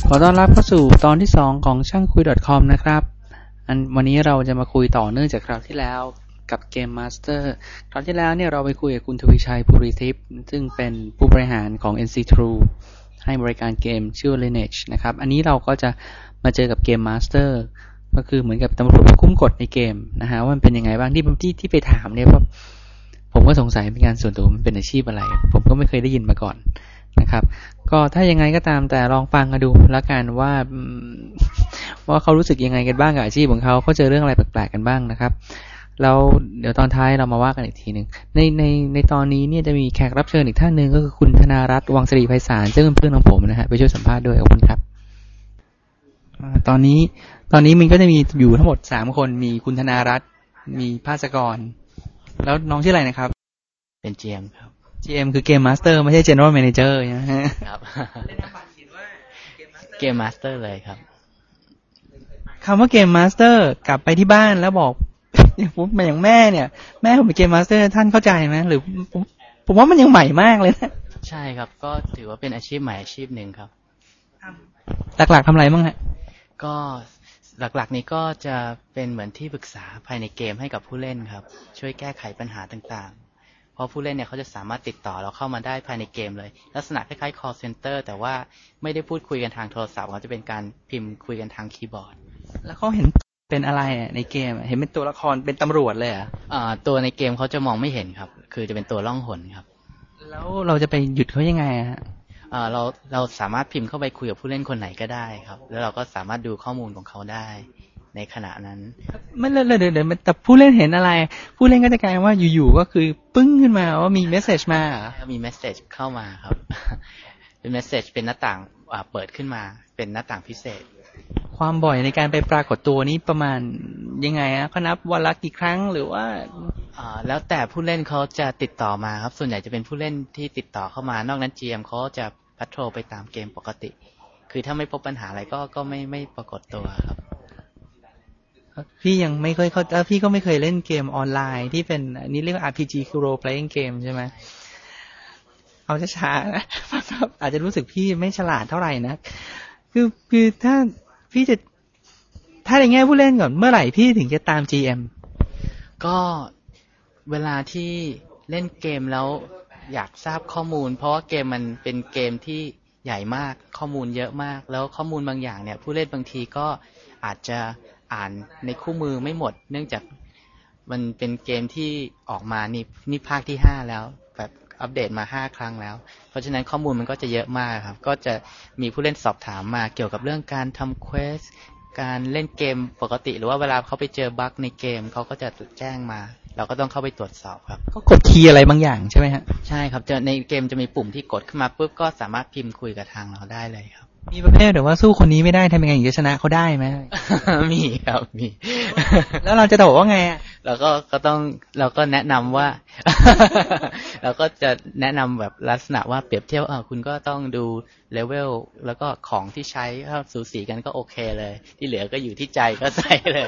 ขอต้อนรับเข้าสู่ตอนที่2ของช่างคุย .com นะครับวันนี้เราจะมาคุยต่อเนื่องจากคราวที่แล้วกับเกมมาสเตอร์คราวที่แล้วเนี่ยเราไปคุยกับคุณทวีชัยภูริทิพย์ซึ่งเป็นผู้บริหารของ NC True ให้บริการเกมชื่อ Lineage นะครับอันนี้เราก็จะมาเจอกับเกมมาสเตอร์ก็คือเหมือนกับตำรวจคุ้มกฎในเกมนะฮะว่ามันเป็นยังไงบ้างที่ไปถามเนี่ยเพราะผมก็สงสัยเป็นงานส่วนตัวมันเป็นอาชีพอะไรผมก็ไม่เคยได้ยินมาก่อนนะครับก็ถ้ายังไงก็ตามแต่ลองฟังกันดูแล้วกันว่าเขารู้สึกยังไงกันบ้างกับอาชีพของเขาเจอเรื่องอะไรแปลกๆกันบ้างนะครับแล้วเดี๋ยวตอนท้ายเรามาว่ากันอีกทีนึงในตอนนี้เนี่ยจะมีแขกรับเชิญอีกท่านนึงก็คือคุณธนารัตน์วังศรีไพศาลซึ่งเป็นเพื่อนของผมนะฮะไปช่วยสัมภาษณ์ด้วยขอบคุณครับตอนนี้มันก็จะมีอยู่ทั้งหมด3คนมีคุณธนารัตน์มีภาสกรแล้วน้องชื่ออะไรนะครับเป็น GM ครับ GM คือเกมมาสเตอร์ไม่ใช่ General Manager ใช่ไหมครับเล่นบัตรเขียนว่าเกมมาสเตอร์เลยครับคำว่าเกมมาสเตอร์กลับไปที่บ้านแล้วบอกอย่างแม่เนี่ยแม่ผมเป็นเกมมาสเตอร์ท่านเข้าใจไหมหรือผมว่ามันยังใหม่มากเลยนะใช่ครับก็ถือว่าเป็นอาชีพใหม่อาชีพหนึ่งครับหลักๆทำอะไรบ้างฮะก็หลักๆนี้ก็จะเป็นเหมือนที่ปรึกษาภายในเกมให้กับผู้เล่นครับช่วยแก้ไขปัญหาต่างๆเพราะผู้เล่นเนี่ยเขาจะสามารถติดต่อเราเข้ามาได้ภายในเกมเลยลักษณะคล้ายๆ call center แต่ว่าไม่ได้พูดคุยกันทางโทรศัพท์เขาจะเป็นการพิมพ์คุยกันทางคีย์บอร์ดแล้วเขาเห็นเป็นอะไรในเกมเห็นเป็นตัวละครเป็นตำรวจเลยอ่ะตัวในเกมเขาจะมองไม่เห็นครับคือจะเป็นตัวล่องหนครับแล้วเราจะไปหยุดเขายังไงฮะเราสามารถพิมพ์เข้าไปคุยกับผู้เล่นคนไหนก็ได้ครับแล้วเราก็สามารถดูข้อมูลของเขาได้ในขณะนั้นไม่เลยเดี๋ยวแต่ผู้เล่นเห็นอะไรผู้เล่นก็จะกลายว่าอยู่ๆก็คือปึ้งขึ้นมาว่ามีเมสเซจมามีเมสเซจเข้ามาครับเป็นเมสเซจเป็นหน้าต่างเปิดขึ้นมาเป็นหน้าต่างพิเศษความบ่อยในการไปปรากฏตัวนี้ประมาณยังไงเขานับวันละกี่ครั้งหรือว่าแล้วแต่ผู้เล่นเขาจะติดต่อมาครับส่วนใหญ่จะเป็นผู้เล่นที่ติดต่อเข้ามานอกนั้น GM เขาจะพัทโทรไปตามเกมปกติคือถ้าไม่พบปัญหาอะไรก็ไม่ปรากฏตัวครับพี่ยังไม่เคยพี่ก็ไม่เคยเล่นเกมออนไลน์ที่เป็นนี่เรียกว่า RPG คือ role playing game ใช่ไหมเอาช้าๆนะอาจจะรู้สึกพี่ไม่ฉลาดเท่าไหร่นะคือถ้าพี่จะถ้าในแง่ผู้เล่นก่อนเมื่อไหร่พี่ถึงจะตาม GM ก็เวลาที่เล่นเกมแล้วอยากทราบข้อมูลเพราะว่าเกมมันเป็นเกมที่ใหญ่มากข้อมูลเยอะมากแล้วข้อมูลบางอย่างเนี่ยผู้เล่นบางทีก็อาจจะอ่านในคู่มือไม่หมดเนื่องจากมันเป็นเกมที่ออกมานี่ภาคที่5แล้วแบบอัปเดตมา5ครั้งแล้วเพราะฉะนั้นข้อมูลมันก็จะเยอะมากครับก็จะมีผู้เล่นสอบถามมาเกี่ยวกับเรื่องการทำเควสการเล่นเกมปกติหรือว่าเวลาเขาไปเจอบั๊กในเกมเขาก็จะแจ้งมาเราก็ต้องเข้าไปตรวจสอบครับก็กดคีย์อะไรบางอย่างใช่ไหมฮะใช่ครับในเกมจะมีปุ่มที่กดขึ้นมาปุ๊บก็สามารถพิมพ์คุยกับทางเราได้เลยครับมีประเภทหรือว่าสู้คนนี้ไม่ได้ทำยังไงถึงจะชนะเขาได้ไหมมีครับมีแล้วเราจะตอบว่าไงเราก็แนะนำว่าเราก็จะแนะนำแบบลักษณะว่าเปรียบเทียบคุณก็ต้องดูเลเวลแล้วก็ของที่ใช้ถ้าสูสีกันก็โอเคเลยที่เหลือก็อยู่ที่ใจก็ใส่เลย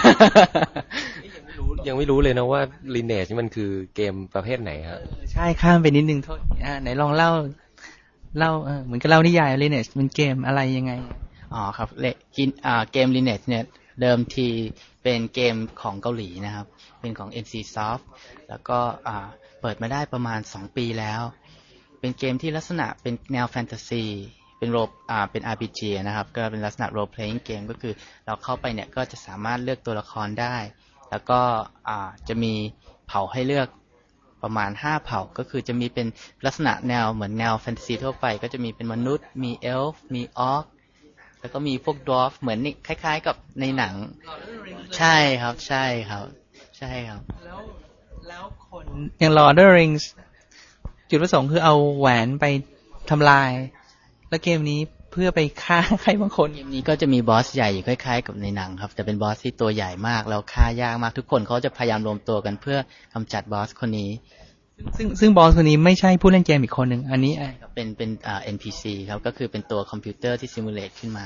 ยังไม่รู้เลยนะว่า Lineage มันคือเกมประเภทไหนครับใช่ข้ามไปนิดนึงโทษไหนลองเล่าเหมือนกับเล่านิยาย Lineage เป็นเกมอะไรยังไงครับเกม Lineage เนี่ยเดิมทีเป็นเกมของเกาหลีนะครับเป็นของ NC Soft แล้วก็เปิดมาได้ประมาณ2ปีแล้วเป็นเกมที่ลักษณะเป็นแนวแฟนตาซีเป็น RPG นะครับก็เป็นลักษณะ role playing game ก็คือเราเข้าไปเนี่ยก็จะสามารถเลือกตัวละครได้แล้วก็จะมีเผ่าให้เลือกประมาณ5เผ่าก็คือจะมีเป็นลักษณะแนวเหมือนแนวแฟนตาซีทั่วไปก็จะมีเป็นมนุษย์มีเอลฟ์มีออร์คแล้วก็มีพวกดวอร์ฟเหมือนนี่คล้ายๆกับในหนังใช่ครับใช่ครับแล้วคนอย่าง Lord of the Rings จุดประสงค์คือเอาแหวนไปทำลายแล้วเกมนี้เพื่อไปฆ่าใครบางคนเกมนี้ก็จะมีบอสใหญ่อยู่คล้ายๆกับในหนังครับแต่เป็นบอสที่ตัวใหญ่มากแล้วฆ่ายากมากทุกคนเขาจะพยายามรวมตัวกันเพื่อกำจัดบอสคนนี้ซึ่งบอสคนนี้ไม่ใช่ผู้เล่นเกมอีกคนหนึ่งอันนี้เป็นNPC ครับก็คือเป็นตัวคอมพิวเตอร์ที่ซิมูเลตขึ้นมา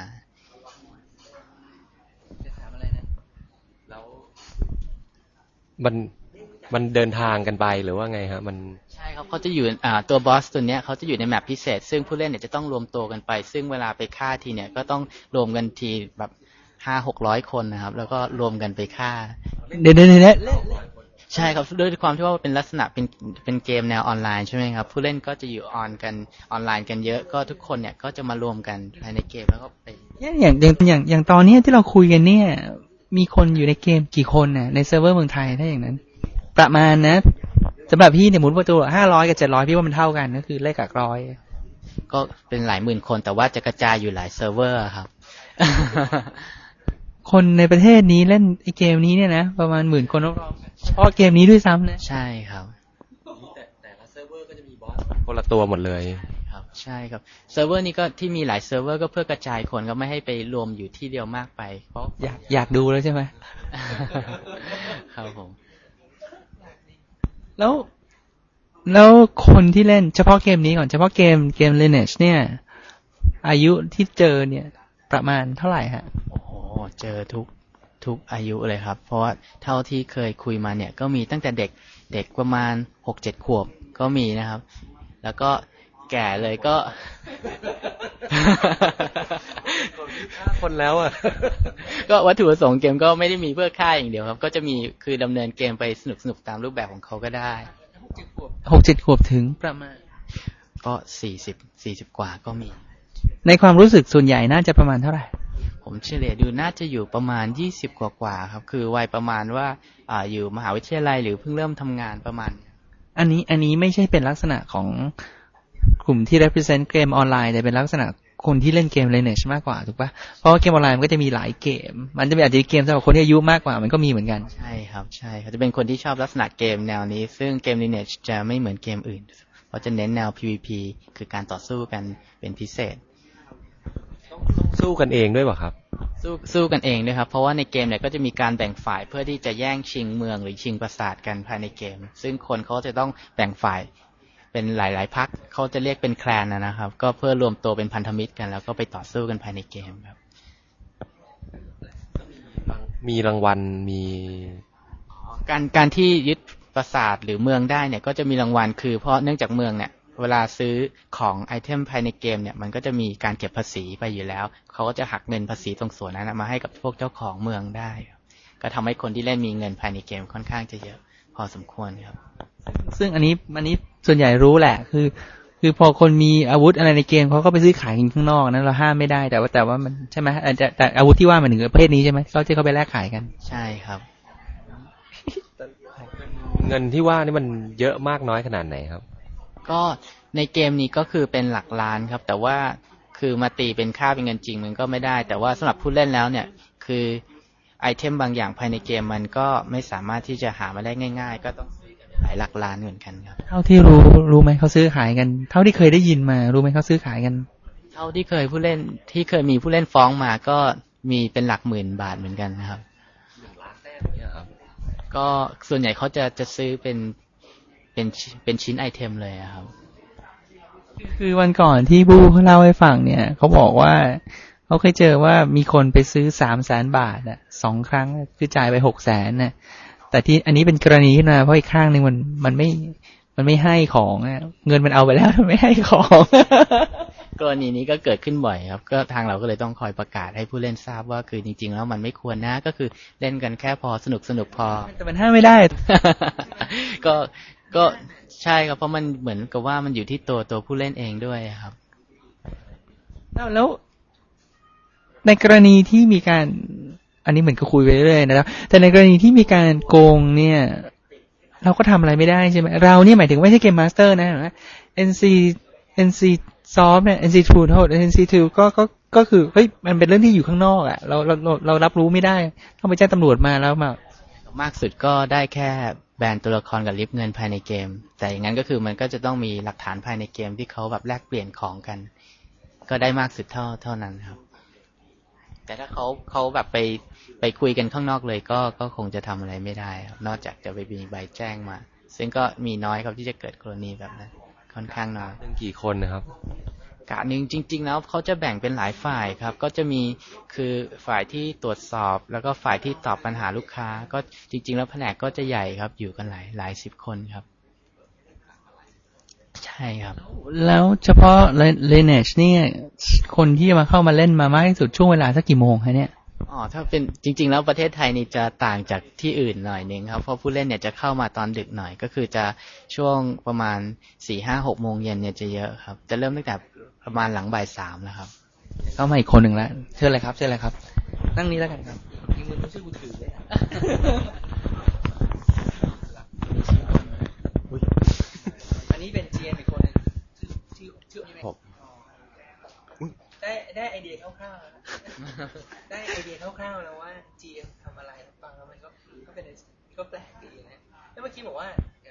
มันมันเดินทางกันไปหรือว่าไงฮะมันใช่ครับเขาจะอยู่ตัวบอสตัวเนี้ยเขาจะอยู่ในแมปพิเศษซึ่งผู้เล่นเนี่ยจะต้องรวมตัวกันไปซึ่งเวลาไปฆ่าทีเนี่ยก็ต้องรวมกันทีแบบ500-600 คนนะครับแล้วก็รวมกันไปฆ่าเดี๋ยวใช่ครับด้วยความที่ว่าเป็นลักษณะเป็นเกมแนวออนไลน์ใช่ไหมครับผู้เล่นก็จะอยู่ออนไลน์กันเยอะก็ทุกคนเนี่ยก็จะมารวมกันภายในเกมแล้วก็ไปอย่างตอนนี้ที่เราคุยกันเนี่ยมีคนอยู่ในเกมกี่คนน่ะในเซิร์ฟเวอร์เมืองไทยถ้าอย่างนั้นประมาณนะสำหรับพี่เนี่ยหมุนประตู500กับ700พี่ว่ามันเท่ากันก็คือเลขกับ100 ก็เป็นหลายหมื่นคนแต่ว่าจะกระจายอยู่หลายเซิร์ฟเวอร์ครับคนในประเทศนี้เล่นไอเกมนี้เนี่ยนะประมาณ10,000 คนเฉพาะเกมนี้ด้วยซ้ำนะใช่ครับแต่ละเซิร์ฟเวอร์ก็จะมีบอสคนละตัวหมดเลยครับใช่ครับเซิร์ฟเวอร์นี้ก็ที่มีหลายเซิร์ฟเวอร์ก็เพื่อกระจายคนก็ไม่ให้ไปรวมอยู่ที่เดียวมากไปเพราะอยากดูแล้วใช่ไหมครับผมแล้วคนที่เล่นเฉพาะเกมนี้ก่อนเฉพาะเกม Lineage เนี่ยอายุที่เจอเนี่ยประมาณเท่าไหร่ฮะโอ้โหเจอทุกอายุเลยครับเพราะว่าเท่าที่เคยคุยมาเนี่ยก็มีตั้งแต่เด็กประมาณ 6-7 ขวบก็มีนะครับแล้วก็แก่เลยก็คนแล้วอ่ะก็วัตถุประสงค์เกมก็ไม่ได้มีเพื่อฆ่าอย่างเดียวครับก็จะมีคือดำเนินเกมไปสนุกตามรูปแบบของเขาก็ได้ 6-7 ขวบถึงประมาณก็40กว่าก็มีในความรู้สึกส่วนใหญ่น่าจะประมาณเท่าไหร่ผมเฉลี่ยดูน่าจะอยู่ประมาณ20กว่าครับคือวัยประมาณว่าอยู่มหาวิทยาลัยหรือเพิ่งเริ่มทำงานประมาณอันนี้ไม่ใช่เป็นลักษณะของกลุ่มที่ represent เกมออนไลน์แต่เป็นลักษณะคนที่เล่นเกม Lineage มากกว่าถูกปะเพราะว่าเกมออนไลน์มันก็จะมีหลายเกมมันจะมีอาจจะเกมสำหรับคนที่อายุมากกว่ามันก็มีเหมือนกันใช่ครับจะเป็นคนที่ชอบลักษณะเกมแนวนี้ซึ่งเกม Lineage จะไม่เหมือนเกมอื่นเพราะจะเน้นแนว PVP คือการต่อสู้กันเป็นพิเศษสู้กันเองด้วยป่ะครับสู้กันเองด้วยครับเพราะว่าในเกมเนี่ยก็จะมีการแบ่งฝ่ายเพื่อที่จะแย่งชิงเมืองหรือชิงปราสาทกันภายในเกมซึ่งคนเขาจะต้องแบ่งฝ่ายเป็นหลายๆพรรคเขาจะเรียกเป็นแคลนนะครับก็เพื่อรวมตัวเป็นพันธมิตรกันแล้วก็ไปต่อสู้กันภายในเกมครับมีรางวัลมีการที่ยึดปราสาทหรือเมืองได้เนี่ยก็จะมีรางวัลคือเพราะเนื่องจากเมืองเนี่ยเวลาซื้อของไอเทมภายในเกมเนี่ยมันก็จะมีการเก็บภาษีไปอยู่แล้วเขาก็จะหักเงินภาษีตรงส่วนนั้นมาให้กับพวกเจ้าของเมืองได้ก็ทำให้คนที่เล่นมีเงินภายในเกมค่อนข้างจะเยอะพอสมควรครับซึ่งอันนี้ส่วนใหญ่รู้แหละคือพอคนมีอาวุธอะไรในเกมเขาก็ไปซื้อขายกันข้างนอกนั้นเราห้ามไม่ได้แต่ว่ามันใช่ไหมแต่อาวุธที่ว่ามันถึงประเภทนี้ใช่ไหมเขาที่เขาไปแลกขายกันใช่ครับเงินที่ว่านี่มันเยอะมากน้อยขนาดไหนครับก็ในเกมนี้ก็คือเป็นหลักล้านครับแต่ว่าคือมาตีเป็นค่าเป็นเงินจริงมันก็ไม่ได้แต่ว่าสำหรับผู้เล่นแล้วเนี่ยคือไอเทมบางอย่างภายในเกมมันก็ไม่สามารถที่จะหามาได้ง่ายๆก็ต้องหลายหลักล้านเหมือนกันครับเท่าที่รู้ไหมเขาซื้อขายกันเท่าที่เคยได้ยินมารู้ไหมเขาซื้อขายกันเท่าที่เคยมีผู้เล่นฟ้องมาก็มีเป็นหลักหมื่นบาทเหมือนกันนะครับก็ส่วนใหญ่เขาจะซื้อเป็นชิ้นไอเทมเลยครับคือวันก่อนที่บู้เขาเล่าให้ฟังเนี่ยเขาบอกว่าเขาเคยเจอว่ามีคนไปซื้อ300,000 บาทอ่ะ2 ครั้งคือจ่ายไป600,000น่ะแต่ที่อันนี้เป็นกรณีขึ้นมาเพราะอีกข้างนึงมันไม่ให้ของเงินมันเอาไปแล้วไม่ให้ของกรณีนี้ก็เกิดขึ้นบ่อยครับก็ทางเราก็เลยต้องคอยประกาศให้ผู้เล่นทราบว่าคือจริงๆแล้วมันไม่ควรนะก็คือเล่นกันแค่พอสนุกพอแต่มันห้ามไม่ได้ก็ใช่ครับเพราะมันเหมือนกับว่ามันอยู่ที่ตัวผู้เล่นเองด้วยครับแล้วในกรณีที่มีการอันนี้เหมือนก็คุยไปเรื่อยๆนะครับแต่ในกรณีที่มีการโกงเนี่ยเราก็ทำอะไรไม่ได้ใช่ไหมเราเนี่ยหมายถึงไม่ใช่เกมมาสเตอร์นะ NC Soft เนี่ย NC2 โทษ NC2 ก็คือเฮ้ยมันเป็นเรื่องที่อยู่ข้างนอกอ่ะเรารับรู้ไม่ได้ต้องไปแจ้งตำรวจมาแล้วมากสุดก็ได้แค่แบนตัวละครกับลิฟต์เงินภายในเกมแต่อย่างนั้นก็คือมันก็จะต้องมีหลักฐานภายในเกมที่เขาแบบแลกเปลี่ยนของกันก็ได้มากสุดเท่านั้นครับแต่ถ้าเขาแบบไปคุยกันข้างนอกเลยก็คงจะทำอะไรไม่ได้ครับนอกจากจะไปมีใบแจ้งมาซึ่งก็มีน้อยครับที่จะเกิดกรณีแบบนั้นค่อนข้างน้อยกี่คนนะครับกะหนึ่งจริงๆแล้วเขาจะแบ่งเป็นหลายฝ่ายครับก็จะมีคือฝ่ายที่ตรวจสอบแล้วก็ฝ่ายที่ตอบปัญหาลูกค้าก็จริงๆแล้วแผนกก็จะใหญ่ครับอยู่กันหลายสิบคนครับใช่ครับแล้วเฉพาะ Lineage เนี่ยคนที่มาเข้ามาเล่นมามากที่สุดช่วงเวลาสักกี่โมงคะเนี่ยถ้าเป็นจริงๆแล้วประเทศไทยนี่จะต่างจากที่อื่นหน่อยนึงครับเพราะผู้เล่นเนี่ยจะเข้ามาตอนดึกหน่อยก็คือจะช่วงประมาณ 4-5-6 โมงเย็นเนี่ยจะเยอะครับจะเริ่มตั้งแต่ประมาณหลังบ่าย 3แล้วครับเข้ามาอีกคนหนึ่งแล้วเชิญเลยครับนั่งนี้แล้วกันครับยิงมือชื่อคุณถือเลยอันนี้เป็น GM อีกคนนึงชื่อผมได้ไอเดียคร่าวๆได้ไอเดียคร่าวๆแล้วว่า GM ทำอะไรฟังแล้วมันก็เป็นก็แปลกดีนะแล้วเมื่อกี้บอกว่า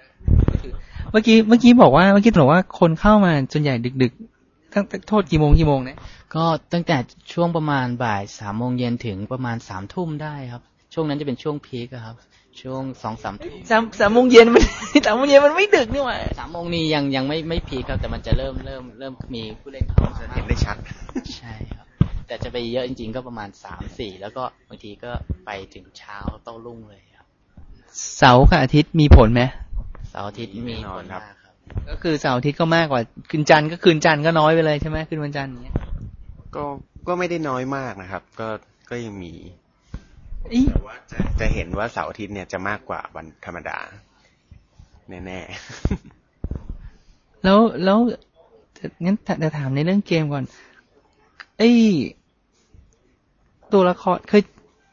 คนเข้ามาส่วนใหญ่ดึกๆตั้งโทษกี่โมงนะก็ตั้งแต่ช่วงประมาณบ่าย 3 โมงเย็นถึงประมาณ 3 ทุ่มได้ครับช่วงนั้นจะเป็นช่วงพีคครับช่วง 2-3 ทุ่ม 3 โมงเย็นมัน3 โมงเย็นมันไม่ดึกนี่หว่า 3 โมงนี้ยังไม่พีคครับแต่มันจะเริ่มมีผู้เล่นเข้ามาเห็นได้ชัดใช่ครับแต่จะไปเยอะจริงๆก็ประมาณ 3-4 แล้วก็บางทีก็ไปถึงเช้าโต้รุ่งเลยครับเสาร์กับอาทิตย์มีผลไหมเสาร์อาทิตย์มีผลครับก็คือเสาร์อาทิตย์ก็มากกว่าคืนจันทร์ก็น้อยไปเลยใช่ไหมคืนวันจันทร์อย่างเงี้ยก็ไม่ได้น้อยมากนะครับก็ยังมีแต่ว่าจะเห็นว่าเสาร์อาทิตย์เนี่ยจะมากกว่าวันธรรมดาแน่ๆแล้วงั้นจะถามในเรื่องเกมก่อนตัวละครเคย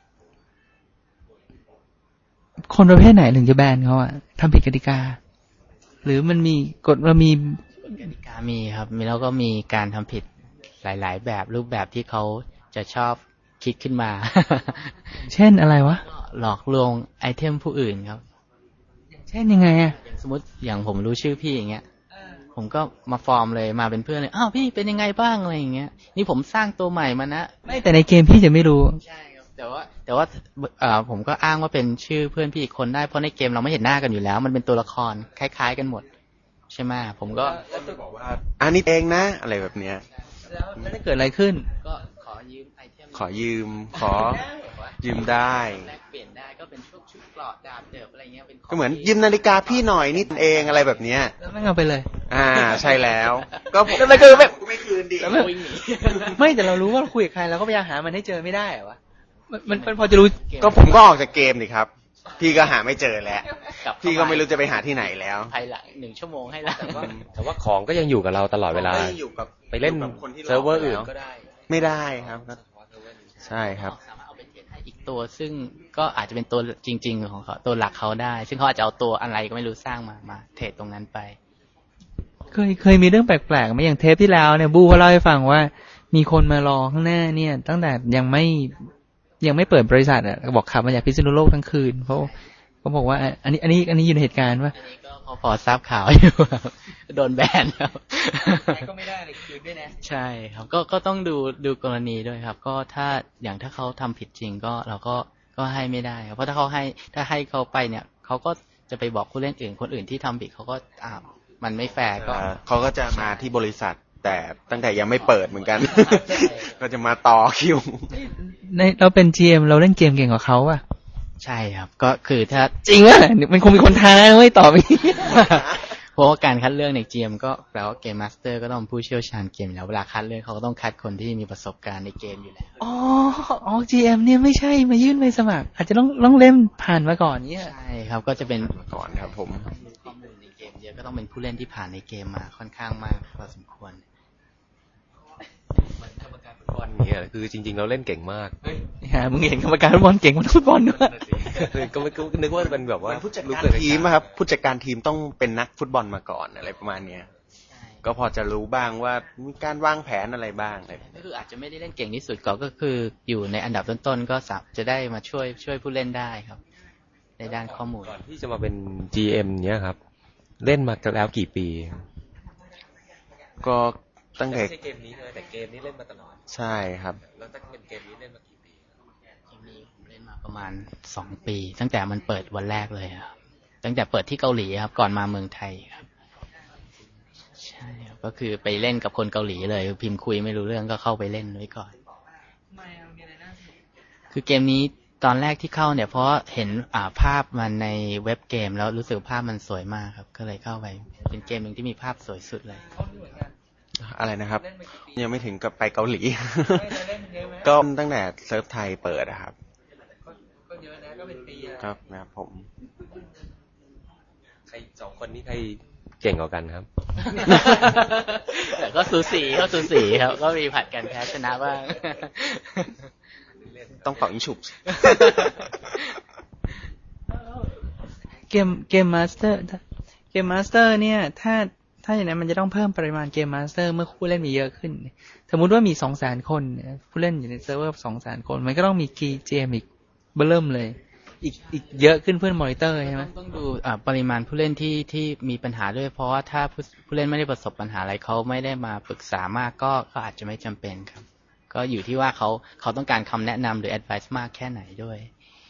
คนประเภทไหนถึงจะแบนเขาอะทำผิดกติกาหรือมันมีกฎเรามีกติกามีครับมีแล้วก็มีการทำผิดหลายๆแบบรูปแบบที่เขาจะชอบคิดขึ้นมาเช่นอะไรวะหลอกลวงไอเทมผู้อื่นครับอย่างเช่นยังไงอะสมมติอย่างผมรู้ชื่อพี่อย่างเงี้ยผมก็มาฟอร์มเลยมาเป็นเพื่อนเลยอ้าวพี่เป็นยังไงบ้างอะไรอย่างเงี้ยนี่ผมสร้างตัวใหม่มานะไม่แต่ในเกมพี่จะไม่รู้ใช่ครับแต่ว่าผมก็อ้างว่าเป็นชื่อเพื่อนพี่อีกคนได้เพราะในเกมเราไม่เห็นหน้ากันอยู่แล้วมันเป็นตัวละครคล้ายๆกันหมดใช่ไหมผมก็บอกว่าอันนี้เองนะอะไรแบบเนี้ยแล้วได้เกิดอะไรขึ้นก็ขอยืมไอเทมขอยืมได้แลกเปลี่ยนได้ก็เป็นชุดเกราะดาบเดิบอะไรเงี้ยเป็นก็เหมือนยืมนาฬิกาพี่หน่อยนิดเองอะไรแบบเนี้ยแล้วไม่เอาไปเลยใช่แล้วก็ผมไม่คืนดิไม่แต่เรารู้ว่าคุยกับใครเราก็พยายามหามันให้เจอไม่ได้วะมันพอจะรู้ก็ผมก็ออกจากเกมดิครับพี่ก็หาไม่เจอแล้วพี่ก็ไม่รู้จะไปหาที่ไหนแล้วภายหลัง1 ชั่วโมงให้แล้วแต่ว่าของก็ยังอยู่กับเราตลอดเวลาไปเล่นเซิร์ฟเวอร์อื่นก็ได้ไม่ได้ครับใช่ครับสามารถเอาไปเทรดให้อีกตัวซึ่งก็อาจจะเป็นตัวจริงๆของเขาตัวหลักเขาได้ซึ่งเขาอาจจะเอาตัวอะไรก็ไม่รู้สร้างมาเทรดตรงนั้นไปเคยมีเรื่องแปลกๆไหมอย่างเทปที่แล้วเนี่ยบูเขาเล่าให้ฟังว่ามีคนมารอข้างหน้าเนี่ยตั้งแต่ยังไม่เปิดบริษัทอ่ะบอกขับมาจากพิษณุโลกทั้งคืนเพราะเขาบอกว่าอันนี้อยู่ในเหตุการณ์ว่าอันนี้ก็พอทราบข่าวอยู่โดนแบนครับก็ไม่ได้อะไรคืนด้วยนะใช่ครับก็ต้องดูกรณีด้วยครับก็ถ้าเขาทำผิดจริงก็เราก็ให้ไม่ได้ครับเพราะถ้าให้เขาไปเนี่ยเขาก็จะไปบอกผู้เล่นอื่นคนอื่นที่ทำผิดเขาก็มันไม่แฟร์ก็เขาก็จะมาที่บริษัทแต่ตั้งแต่ยังไม่เปิดเหมือนกันก็จะมาต่อคิวเราเป็น GM เราเล่นเกมเก่งกว่าเขาป่ะใช่ครับก็คือถ้าจริงอ่ะมันคงมีคนท้าไม่ตอบอีกเพราะว่าการคัดเลือกใน GM ก็แปลว่าเกมมาสเตอร์ก็ต้องผู้เชี่ยวชาญเกมแล้วเวลาคัดเลือกเขาก็ต้องคัดคนที่มีประสบการณ์ในเกมอยู่แล้วอ๋อ GM เนี่ยไม่ใช่มายื่นใบสมัครอาจจะต้องเล่นผ่านมาก่อนเนี่ยใช่ครับก็จะเป็นก่อนครับผมข้อมูลในเกมเยอะก็ต้องเป็นผู้เล่นที่ผ่านในเกมมาค่อนข้างมากพอสมควรกรรมการฟุตบอลเนี่ยคือจริงๆเราเล่นเก่งมากมึงเห็นกรรมการฟุตบอลเก่งกว่าฟุตบอลด้วยก็นึกว่าเป็นแบบว่าผู้จัดการทีมครับผู้จัดการทีมต้องเป็นนักฟุตบอลมาก่อนอะไรประมาณเนี้ยก็พอจะรู้บ้างว่ามีการวางแผนอะไรบ้างก็คืออาจจะไม่ได้เล่นเก่งที่สุดก็คืออยู่ในอันดับต้นๆก็จะได้มาช่วยผู้เล่นได้ครับในด้านข้อมูลก่อนที่จะมาเป็น GM เนี้ยครับเล่นมาแล้วกี่ปีก็ตั้งแต่ไม่ใช่เกมนี้เลยแต่เกมนี้เล่นมาตลอดใช่ครับแล้วตั้งเป็นเกมนี้เล่นมากี่ปีเกมนี้ผมเล่นมาประมาณ2 ปีตั้งแต่มันเปิดวันแรกเลยครับตั้งแต่เปิดที่เกาหลีครับก่อนมาเมืองไทยครับใช่ครับก็คือไปเล่นกับคนเกาหลีเลยพิมพ์คุยไม่รู้เรื่องก็เข้าไปเล่นไว้ก่อนคือเกมนี้ตอนแรกที่เข้าเนี่ยเพราะเห็นภาพมันในเว็บเกมแล้วรู้สึกภาพมันสวยมากครับก็เลยเข้าไปเป็นเกมหนึ่งที่มีภาพสวยสุดเลยอะไรนะครับยังไม่ถึงกับไปเกาหลีก็ตั้งแต่เซิร์ฟไทยเปิดนะครับก็เยอะนะก็เป็นปีครับนะครับผมใครสองคนนี้ใครเก่งกว่ากันครับแต่ก็สูสีครับก็มีผัดกันแพ้ชนะบ้างต้องเป่ายิงฉุบเกมมาสเตอร์เนี่ยถ้าอย่างนั้นมันจะต้องเพิ่มปริมาณเกมมาสเตอร์เมื่อผู้เล่นมีเยอะขึ้นสมมุติว่ามี 200,000 คนผู้เล่นอยู่ในเซิร์ฟเวอร์ 200,000 คนมันก็ต้องมีคีย์เกมอีกเบิ่มเลยอีกเยอะขึ้นเพื่อมอนิเตอร์ใช่ไหมต้องดูปริมาณผู้เล่นที่มีปัญหาด้วยเพราะว่าถ้าผู้เล่นไม่ได้ประสบปัญหาอะไรเขาไม่ได้มาปรึกษามากก็อาจจะไม่จำเป็นครับก็อยู่ที่ว่าเขาต้องการคำแนะนำหรือ advice มากแค่ไหนด้วย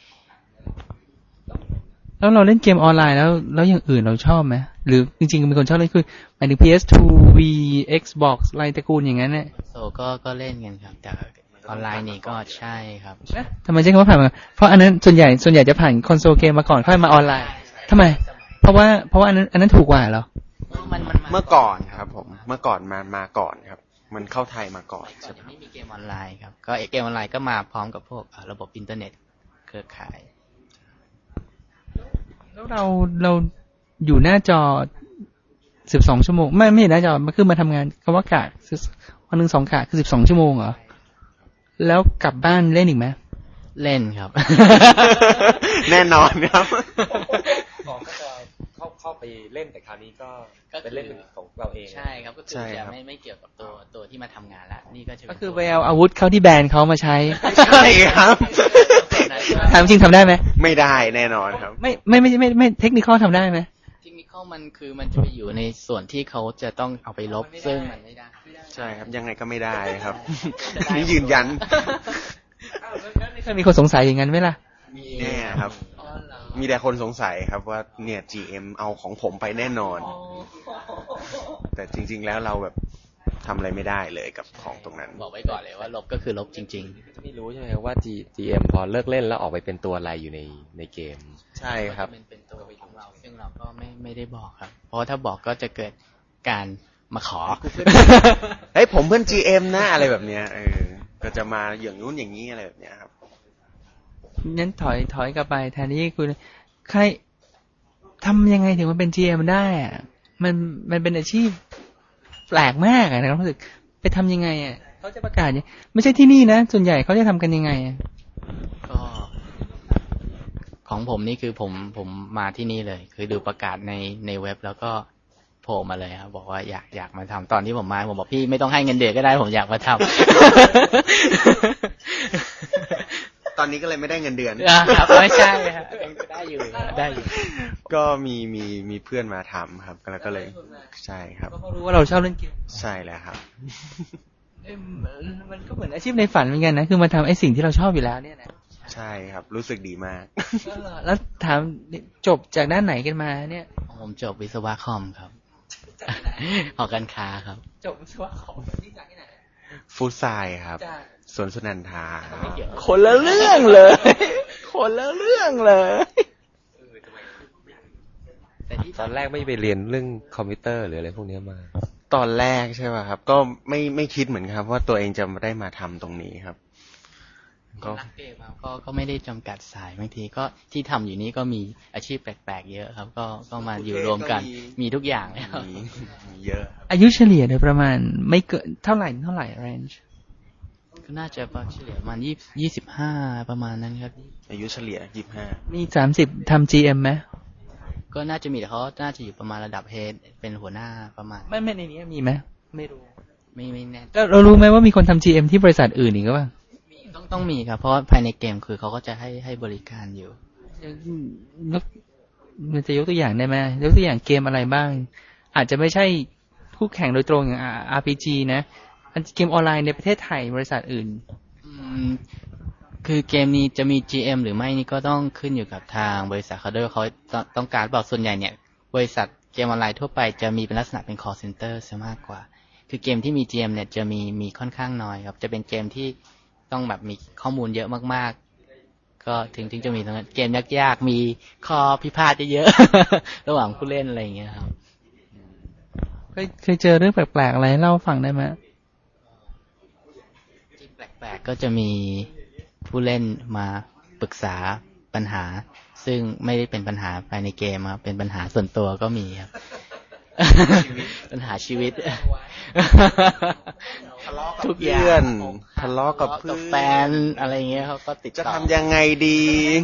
แล้วเราเล่นเกมออนไลน์แล้วอย่างอื่นเราชอบไหมหรือจริงๆมีคนชอบเล่นคือหมายถึง PS2 V Xbox อะไรตระกูลอย่างนั้นเนี่ยก็เล่นกันครับแต่ออนไลน์นี่ก็ใช่ครับทำไมใช่คำว่าผ่านมาเพราะอันนั้นส่วนใหญ่จะผ่านคอนโซลเกมมาก่อนค่อยมาออนไลน์ทำไมเพราะว่าอันนั้นถูกกว่าเหรอเมื่อก่อนครับผมเมื่อก่อนมาก่อนครับมันเข้าไทยมาก่อนใช่ไม่มีเกมออนไลน์ครับก็เกมออนไลน์ก็มาพร้อมกับพวกระบบอินเทอร์เน็ตเครือข่ายแล้วเราอยู่หน้าจอ12ชั่วโมงไม่เห็นหน้าจอมันคือมาทำงานคำว่ากะวันนึง2กะคือ12ชั่วโมงเหรอแล้วกลับบ้านเล่นอีกไหมเล่นครับแน่นอนครับเข้าไปเล่นแต่คราวนี้ก็เป็นเล่นของเราเองใช่ครับก็คือจะไม่เกี่ยวกับตัวที่มาทำงานละนี่ก็คือไปเอาอาวุธเข้าที่แบรนด์เขามาใช้ใช่ครับถามจริงทำได้ไหมไม่ได้แน่นอนครับไม่เทคนิคทำได้ไหมเทคนิคมันคือมันจะไปอยู่ในส่วนที่เขาจะต้องเอาไปลบซึ่งมันไม่ได้ใช่ครับยังไงก็ไม่ได้ครับนี่ยืนยันเคยมีคนสงสัยอย่างนั้นไหมล่ะมีแน่ครับมีแต่คนสงสัยครับว่าเนี่ย GM เอาของผมไปแน่นอนแต่จริงๆแล้วเราแบบทำอะไรไม่ได้เลยกับของตรงนั้นบอกไว้ก่อนเลยว่าลบก็คือลบจริงๆไม่รู้ใช่ไหมว่า GM พอเลิกเล่นแล้วออกไปเป็นตัวอะไรอยู่ในเกมใช่ครับเป็นตัวของเราซึ่งเราก็ไม่ได้บอกครับเพราะถ้าบอกก็จะเกิดการมาขอเฮ้ยผมเพื่อน GM นะอะไรแบบเนี้ยก็จะมาอย่างนู้นอย่างนี้อะไรแบบเนี้ยครับงั้นถอยกลับไปแทนที่คุณใครทำยังไงถึงมันเป็น GM ได้อ่ะมันเป็นอาชีพแปลกมากอะนะครับรู้สึกไปทำยังไงอ่ะเขาจะประกาศไม่ใช่ที่นี่นะส่วนใหญ่เขาจะทำกันยังไงอ่ะก็ของผมนี่คือผมมาที่นี่เลยคือดูประกาศในเว็บแล้วก็โผล่มาเลยครับบอกว่าอยากมาทำตอนที่ผมบอกพี่ไม่ต้องให้เงินเดือนก็ได้ผมอยากมาทำตอนนี้ก็เลยไม่ได้เงินเดือนครับไม่ใช่ครับได้อยู่ก็มีเพื่อนมาทำครับแล้วก็เลยใช่ครับเขารู้ว่าเราชอบเล่นเกมใช่แล้วครับมันก็เหมือนอาชีพในฝันเหมือนกันนะคือมาทำไอ้สิ่งที่เราชอบอยู่แล้วเนี่ยนะใช่ครับรู้สึกดีมากแล้วถามจบจากด้านไหนกันมาเนี่ยผมจบวิศวะคอมครับหอการค้าครับจบวิศวะคอมนี่จากที่ไหนฟู้ดไซน์ครับสวนสุนันทาคนละเรื่องเลยตอนแรกไม่ไปเรียนเรื่องคอมพิวเตอร์หรืออะไรพวกนี้มาตอนแรกใช่ป่ะครับก็ไม่คิดเหมือนครับว่าตัวเองจะได้มาทำตรงนี้ครับก็รักเกมก็ไม่ได้จำกัดสายบางทีก็ที่ทำอยู่นี้ก็มีอาชีพแปลกๆเยอะครับก็มาอยู่รวมกันมีทุกอย่างแล้วมีเยอะอายุเฉลี่ยโดยประมาณไม่เกินเท่าไหร่เรนจ์ก็น่าจะเฉลี่ยประมาณ25ประมาณนั้นครับอายุเฉลี่ย25 มี30ทำ GM ไหมก็น่าจะมีแต่เขาน่าจะอยู่ประมาณระดับเฮดเป็นหัวหน้าประมาณไม่ในนี้มีไหมไม่รู้ไม่แน่เรารู้ไหมว่ามีคนทำ GM ที่บริษัทอื่นอีกหรือเปล่าต้องมีครับเพราะภายในเกมคือเขาก็จะให้บริการอยู่มันจะยกตัวอย่างได้ไหมยกตัวอย่างเกมอะไรบ้างอาจจะไม่ใช่คู่แข่งโดยตรงอย่าง RPG นะเกมออนไลน์ในประเทศไทยบริษัทอื่นคือเกมนี้จะมี GM หรือไม่นี่ก็ต้องขึ้นอยู่กับทางบริษัทเขาด้วยเขาต้องการบอกส่วนใหญ่เนี่ยบริษัทเกมออนไลน์ทั่วไปจะมีเป็นลักษณะเป็น call center ซะมากกว่าคือเกมที่มี GM เนี่ยจะมีค่อนข้างน้อยครับจะเป็นเกมที่ต้องแบบมีข้อมูลเยอะมากๆก็ถึงจะมีตรงนั้นเกมยากๆมีข้อพิพาทเยอะๆ ระหว่างผู้เล่นอะไรอย่างเงี้ยครับเคยเจอเรื่องแปลกๆอะไรเล่าฟังได้ไหมที่แปลกๆก็จะมีผู้เล่นมาปรึกษาปัญหาซึ่งไม่ได้เป็นปัญหาภายในเกมครับเป็นปัญหาส่วนตัวก็มีครับปัญหาชีวิตทะเลาะกับเพื่อนทะเลาะกับแฟนอะไรเงี้ยเขาก็ติดต่อจะทำยังไงดี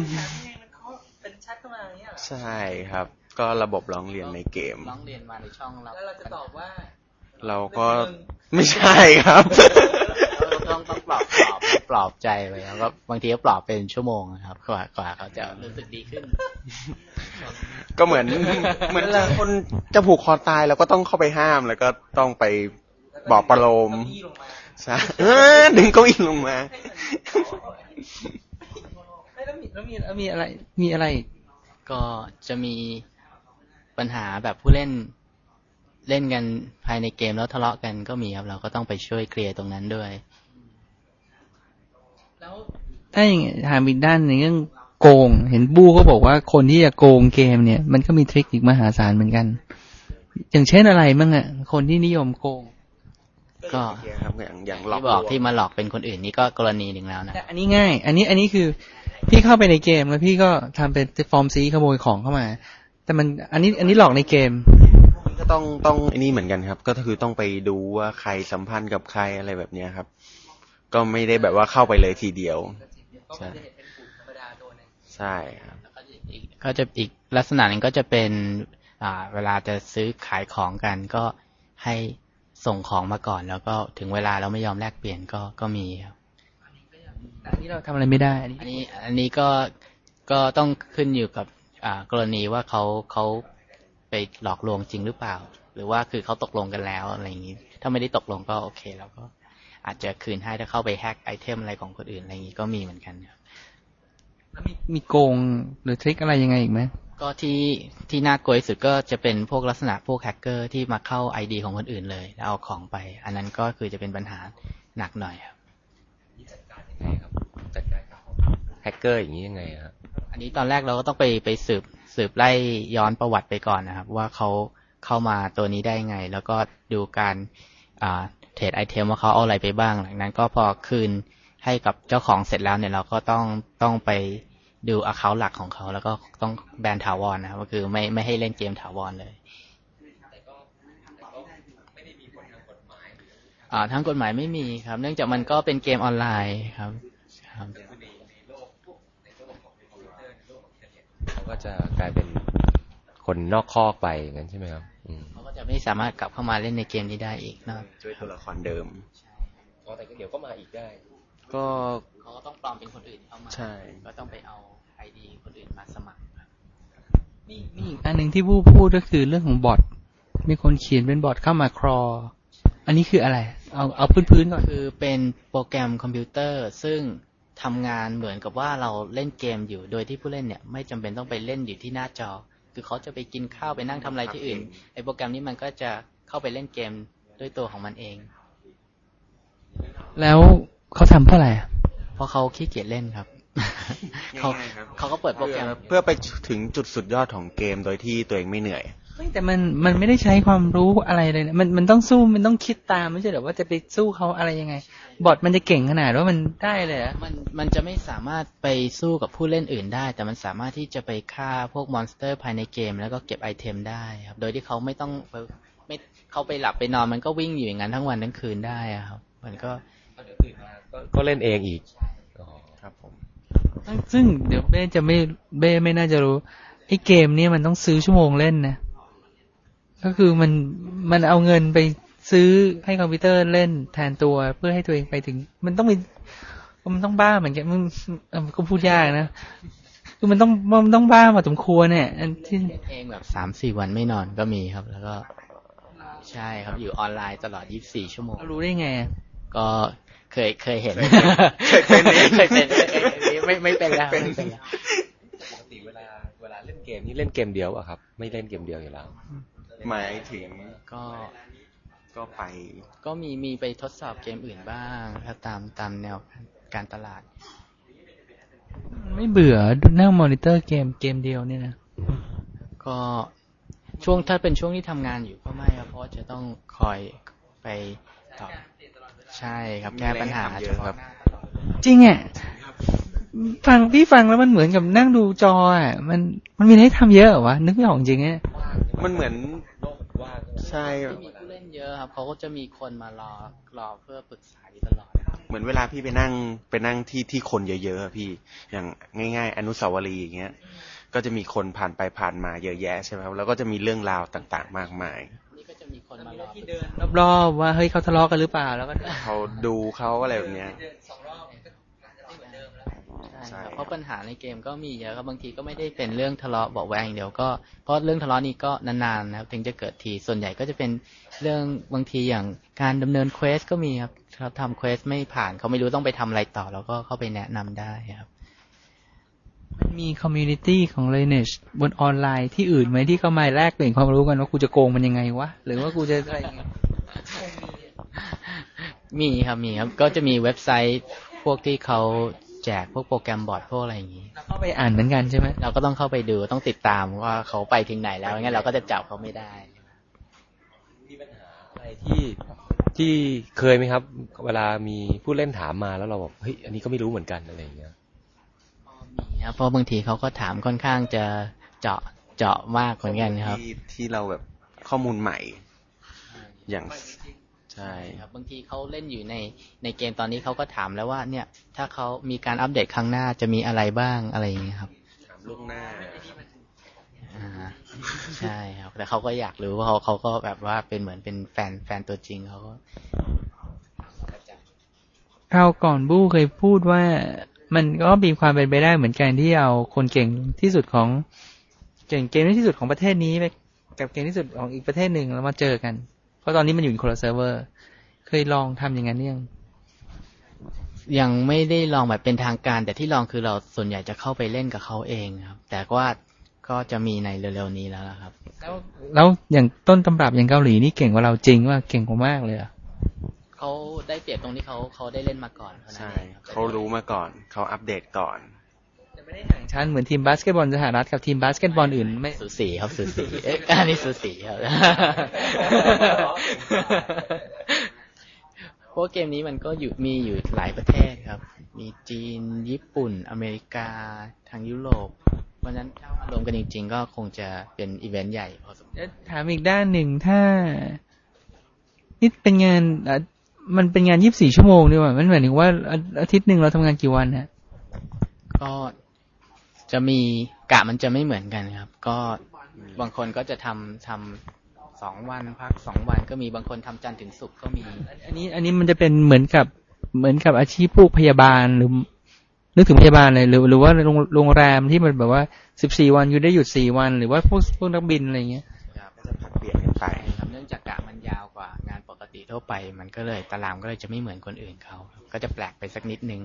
ใช่ครับก็ระบบร้องเรียนในเกมร้องเรียนมาในช่องเราแล้วเราจะตอบว่าเราก็ไม่ใช่ครับต้องปลอบใจไปแล้วก็บางทีก็ปลอบเป็นชั่วโมงนะครับกว่าเขาจะรู้สึกดีขึ้นก็เหมือนคนจะผูกคอตายแล้วก็ต้องเข้าไปห้ามแล้วก็ต้องไปบอกประโลมใช่ดึงเก้าอี้ลงมาแล้วมีอะไรก็จะมีปัญหาแบบผู้เล่นกันภายในเกมแล้วทะเลาะกันก็มีครับเราก็ต้องไปช่วยเคลียร์ตรงนั้นด้วยแล้วถ้าอย่างถามอีกด้านหนึ่งเรื่องโกงเห็นบู้ก็บอกว่าคนที่จะโกงเกมเนี่ยมันก็มีทริคอีกมหาศาลเหมือนกันอย่างเช่นอะไรบ้างอ่ะคนที่นิยมโกงก็อย่างที่บอกที่มาหลอกเป็นคนอื่นนี่ก็กรณีหนึ่งแล้วนะอันนี้ง่ายอันนี้คือพี่เข้าไปในเกมแล้วพี่ก็ทำเป็นฟอร์มซีขโมยของเข้ามาแต่มันอันนี้หลอกในเกมก็ต้องอันนี้เหมือนกันครับก็คือต้องไปดูว่าใครสัมพันธ์กับใครอะไรแบบนี้ครับก็ไม่ได้แบบว่าเข้าไปเลยทีเดียวใช่ใช่ครับก็จะอีกลักษณะหนึ่งก็จะเป็นเวลาจะซื้อขายของกันก็ให้ส่งของมาก่อนแล้วก็ถึงเวลาเราไม่ยอมแลกเปลี่ยนก็มีครับอันนี้เราทำอะไรไม่ได้อันนี้ก็ต้องขึ้นอยู่กับกรณีว่าเขาไปหลอกลวงจริงหรือเปล่าหรือว่าคือเขาตกลงกันแล้วอะไรอย่างนี้ถ้าไม่ได้ตกลงก็โอเคแล้วก็อาจจะคืนให้ถ้าเข้าไปแฮกไอเทมอะไรของคนอื่นอะไรอย่างนี้ก็มีเหมือนกันครับแล้วมีโกงหรือทริคอะไรยังไงอีกไหมก็ที่น่ากลัวที่สุดก็จะเป็นพวกลักษณะพวกแฮกเกอร์ที่มาเข้า ID ของคนอื่นเลยแล้วเอาของไปอันนั้นก็คือจะเป็นปัญหาหนักหน่อยครับจัดการยังไงครับจัดการกับแฮกเกอร์อย่างนี้ยังไงครับอันนี้ตอนแรกเราก็ต้องไปสืบไล่ย้อนประวัติไปก่อนนะครับว่าเขาเข้ามาตัวนี้ได้ไงแล้วก็ดูการเทรดไอเทมว่าเขาเอาอะไรไปบ้างหลังนั้นก็พอคืนให้กับเจ้าของเสร็จแล้วเนี่ยเราก็ต้องไปดู account หลักของเขาแล้วก็ต้องแบนถาวรนะครับก็คือไม่ให้เล่นเกมถาวรเลยทางกฎหมายไม่มีครับเนื่องจากมันก็เป็นเกมออนไลน์ครับเขาก็จะกลายเป็นคนนอกคอกไปงั้นใช่ไหมครับเขาก็จะไม่สามารถกลับเข้ามาเล่นในเกมนี้ได้อีกนะด้วยตัวละครเดิมแต่เดี๋ยวก็มาอีกได้ก็เขาก็ต้องปลอมเป็นคนอื่นเข้ามาใช่ก็ต้องไปเอาไอดีคนอื่นมาสมัครมีอีกอันหนึ่งที่ผู้พูดก็คือเรื่องของบอทมีคนเขียนเป็นบอทเข้ามาครออันนี้คืออะไรเอาพื้นๆก่อนคือเป็นโปรแกรมคอมพิวเตอร์ซึ่งทำงานเหมือนกับว่าเราเล่นเกมอยู่โดยที่ผู้เล่นเนี่ยไม่จำเป็นต้องไปเล่นอยู่ที่หน้าจอคือเขาจะไปกินข้าวไปนั่งทำอะไรที่อื่นไอ้โปรแกรมนี้มันก็จะเข้าไปเล่นเกมด้วยตัวของมันเองแล้วเขาทำเพราะอะไรเพราะเขาขี้เกียจเล่นครับเขาก็เปิดโปรแกรมเพื่อไปถึงจุดสุดยอดของเกมโดยที่ตัวเองไม่เหนื่อยแต่มันไม่ได้ใช้ความรู้อะไรเลยนะมันต้องสู้มันต้องคิดตามไม่ใช่หรอว่าจะไปสู้เขาอะไรยังไงบอทมันจะเก่งขนาดว่ามันได้เลยอ่ะมันจะไม่สามารถไปสู้กับผู้เล่นอื่นได้แต่มันสามารถที่จะไปฆ่าพวกมอนสเตอร์ภายในเกมแล้วก็เก็บไอเทมได้ครับโดยที่เขาไม่ต้องไม่เขาไปหลับไปนอนมันก็วิ่งอยู่อย่างนั้นทั้งวันทั้งคืนได้ครับมันก็ก็เล่นเองอีกครับผมซึ่งเดี๋ยวเบ้ไม่น่าจะรู้ไอ้เกมนี้มันต้องซื้อชั่วโมงเล่นนะก็คือมันเอาเงินไปซื้อให้คอมพิวเตอร์เล่นแทนตัวเพื่อให้ตัวเองไปถึงมันต้องบ้าเหมือนกันมันก็พูดยากนะคือมันต้องบ้ามาสมควรเนี่ยอันที่เองแบบ 3-4 วันไม่นอนก็มีครับแล้วก็ใช่ครับอยู่ออนไลน์ตลอด24ชั่วโมงรู้ได้ไงก็เคยเห็นเคยเป็นไม่เป็นแล้วปกติเวลาเล่นเกมนี่เล่นเกมเดียวอะครับไม่เล่นเกมเดียวอยู่แล้วหมายถึงก็ไปก็มีไปทดสอบเกมอื่นบ้างถ้าตามแนวการตลาดไม่เบื่อนั่งมอนิเตอร์เกมเดียวเนี่ยนะก็ถ้าเป็นช่วงที่ทำงานอยู่ก็ไม่ครับเพราะจะต้องคอยไปตอบใช่ครับแก้ปัญหาเฉพาะจริงอ่ะฟังแล้วมันเหมือนกับนั่งดูจออ่ะมันมีอะไรให้ทำเยอะเหรอวะนึกไม่ออกจริงอ่ะมันเหมือนใช่มีผู้เล่นเยอะครับเขาก็จะมีคนมารอเพื่อปรึกษาตลอดเหมือนเวลาพี่ไปนั่งที่คนเยอะๆพี่อย่างง่ายๆอนุสาวรีย์อย่างเงี้ยก็จะมีคนผ่านไปผ่านมาเยอะแยะใช่ไหมครับแล้วก็จะมีเรื่องราวต่างๆมากมายนี่ก็จะมีคนมารอที่เดินรอบๆว่าเฮ้ยเขาทะเลาะกันหรือเปล่าแล้วก็เขาดูเขาอะไรแบบเนี้ยใช่เพราะปัญหาในเกมก็มีเยอะครับบางทีก็ไม่ได้เป็นเรื่องทะเลาะเบาะแวงเดียวก็เพราะเรื่องทะเลาะนี้ก็นานๆนะครับถึงจะเกิดทีส่วนใหญ่ก็จะเป็นเรื่องบางทีอย่างการดำเนินเควสก็มีครับเขาทำเควสไม่ผ่านเขาไม่รู้ต้องไปทำอะไรต่อแล้วก็เข้าไปแนะนำได้ครับมันมีคอมมูนิตี้ของ Lineage บนออนไลน์ที่อื่นไหมที่เข้ามาแลกเปลี่ยนความรู้กันว่ากูจะโกงมันยังไงวะหรือว่ากูจะอะไรอย่างเงี้ยมีครับก็จะมีเว็บไซต์พวกที่เขาแจกพวกโปรแกรมบอร์ดพวกอะไรอย่างนี้เราเข้าไปอ่านเหมือนกันใช่ไหมเราก็ต้องเข้าไปดูต้องติดตามว่าเขาไปถึงไหนแล้วงั้นเราก็จะจับเขาไม่ได้มีปัญหาอะไรที่เคยไหมครับเวลามีผู้เล่นถามมาแล้วเราบอกเฮ้ยอันนี้ก็ไม่รู้เหมือนกันอะไรอย่างเงี้ยมีครับเพราะบางทีเขาก็ถามค่อนข้างจะเจาะมากเหมือนกันครับที่เราแบบข้อมูลใหม่อย่างใช่ครับบางทีเขาเล่นอยู่ในเกมตอนนี้เขาก็ถามแล้วว่าเนี่ยถ้าเขามีการอัปเดตครั้งหน้าจะมีอะไรบ้างอะไรอย่างเงี้ยครับถามล่วงหน้าใช่ครับแต่เขาก็อยากรู้ว่าเขาก็แบบว่าเป็นเหมือนเป็นแฟนตัวจริงเขาก็คราวก่อนบู้เคยพูดว่ามันก็มีความเป็นไปได้เหมือนกันที่เอาคนเก่งที่สุดของเก่งเกมที่สุดของประเทศนี้ไปกับเก่งที่สุดของอีกประเทศหนึ่งแล้วมาเจอกันเพราะตอนนี้มันอยู่ในคนละเซิร์ฟเวอร์เคยลองทำอย่างนั้นยังไม่ได้ลองแบบเป็นทางการแต่ที่ลองคือเราส่วนใหญ่จะเข้าไปเล่นกับเขาเองครับแต่ว่าก็จะมีในเร็วๆนี้แล้วครับแล้วอย่างต้นตำรับอย่างเกาหลีนี่เก่งกว่าเราจริงว่าเก่งกว่ามากเลยอ่ะเขาได้เปรียบตรงที่เขาได้เล่นมาก่อนใช่เขารู้มาก่อนเขาอัปเดตก่อนจะไม่ได้ห่างชั้นเหมือนทีมบาสเกตบอลสหรัฐกับทีมบาสเกตบอลอื่นไม่สูสีครับสูสีอันนี้สูสีครับเพราะเกมนี้มันก็มีอยู่หลายประเทศครับมีจีนญี่ปุ่นอเมริกาทางยุโรปเพราะฉะนั้นถ้ารวมกันจริงๆก็คงจะเป็นอีเวนต์ใหญ่พอสมควรถามอีกด้านหนึ่งถ้านี่เป็นงานมันเป็นงาน24 ชั่วโมงดีกว่ามันหมายถึงว่าอาทิตย์หนึ่งเราทำงานกี่วันฮะก็จะมีกะมันจะไม่เหมือนกันครับก็บางคนก็จะทำ2 วันพัก2 วันก็มีบางคนทำจันทร์ถึงศุกร์ก็มีอันนี้มันจะเป็นเหมือนกับอาชีพพวกพยาบาลหรือนึกถึงพยาบาลเลยหรือว่าโรงแรมที่มันแบบว่า14 วันอยู่ได้หยุด4 วันหรือว่าพวกนักบินอะไรเงี้ยครับก็จะผัดเปลี่ยนกันไปครับเนื่องจากกะมันยาวกว่างานปกติทั่วไปมันก็เลยตารางก็เลยจะไม่เหมือนคนอื่นเขาก็จะแปลกไปสักนิดนึง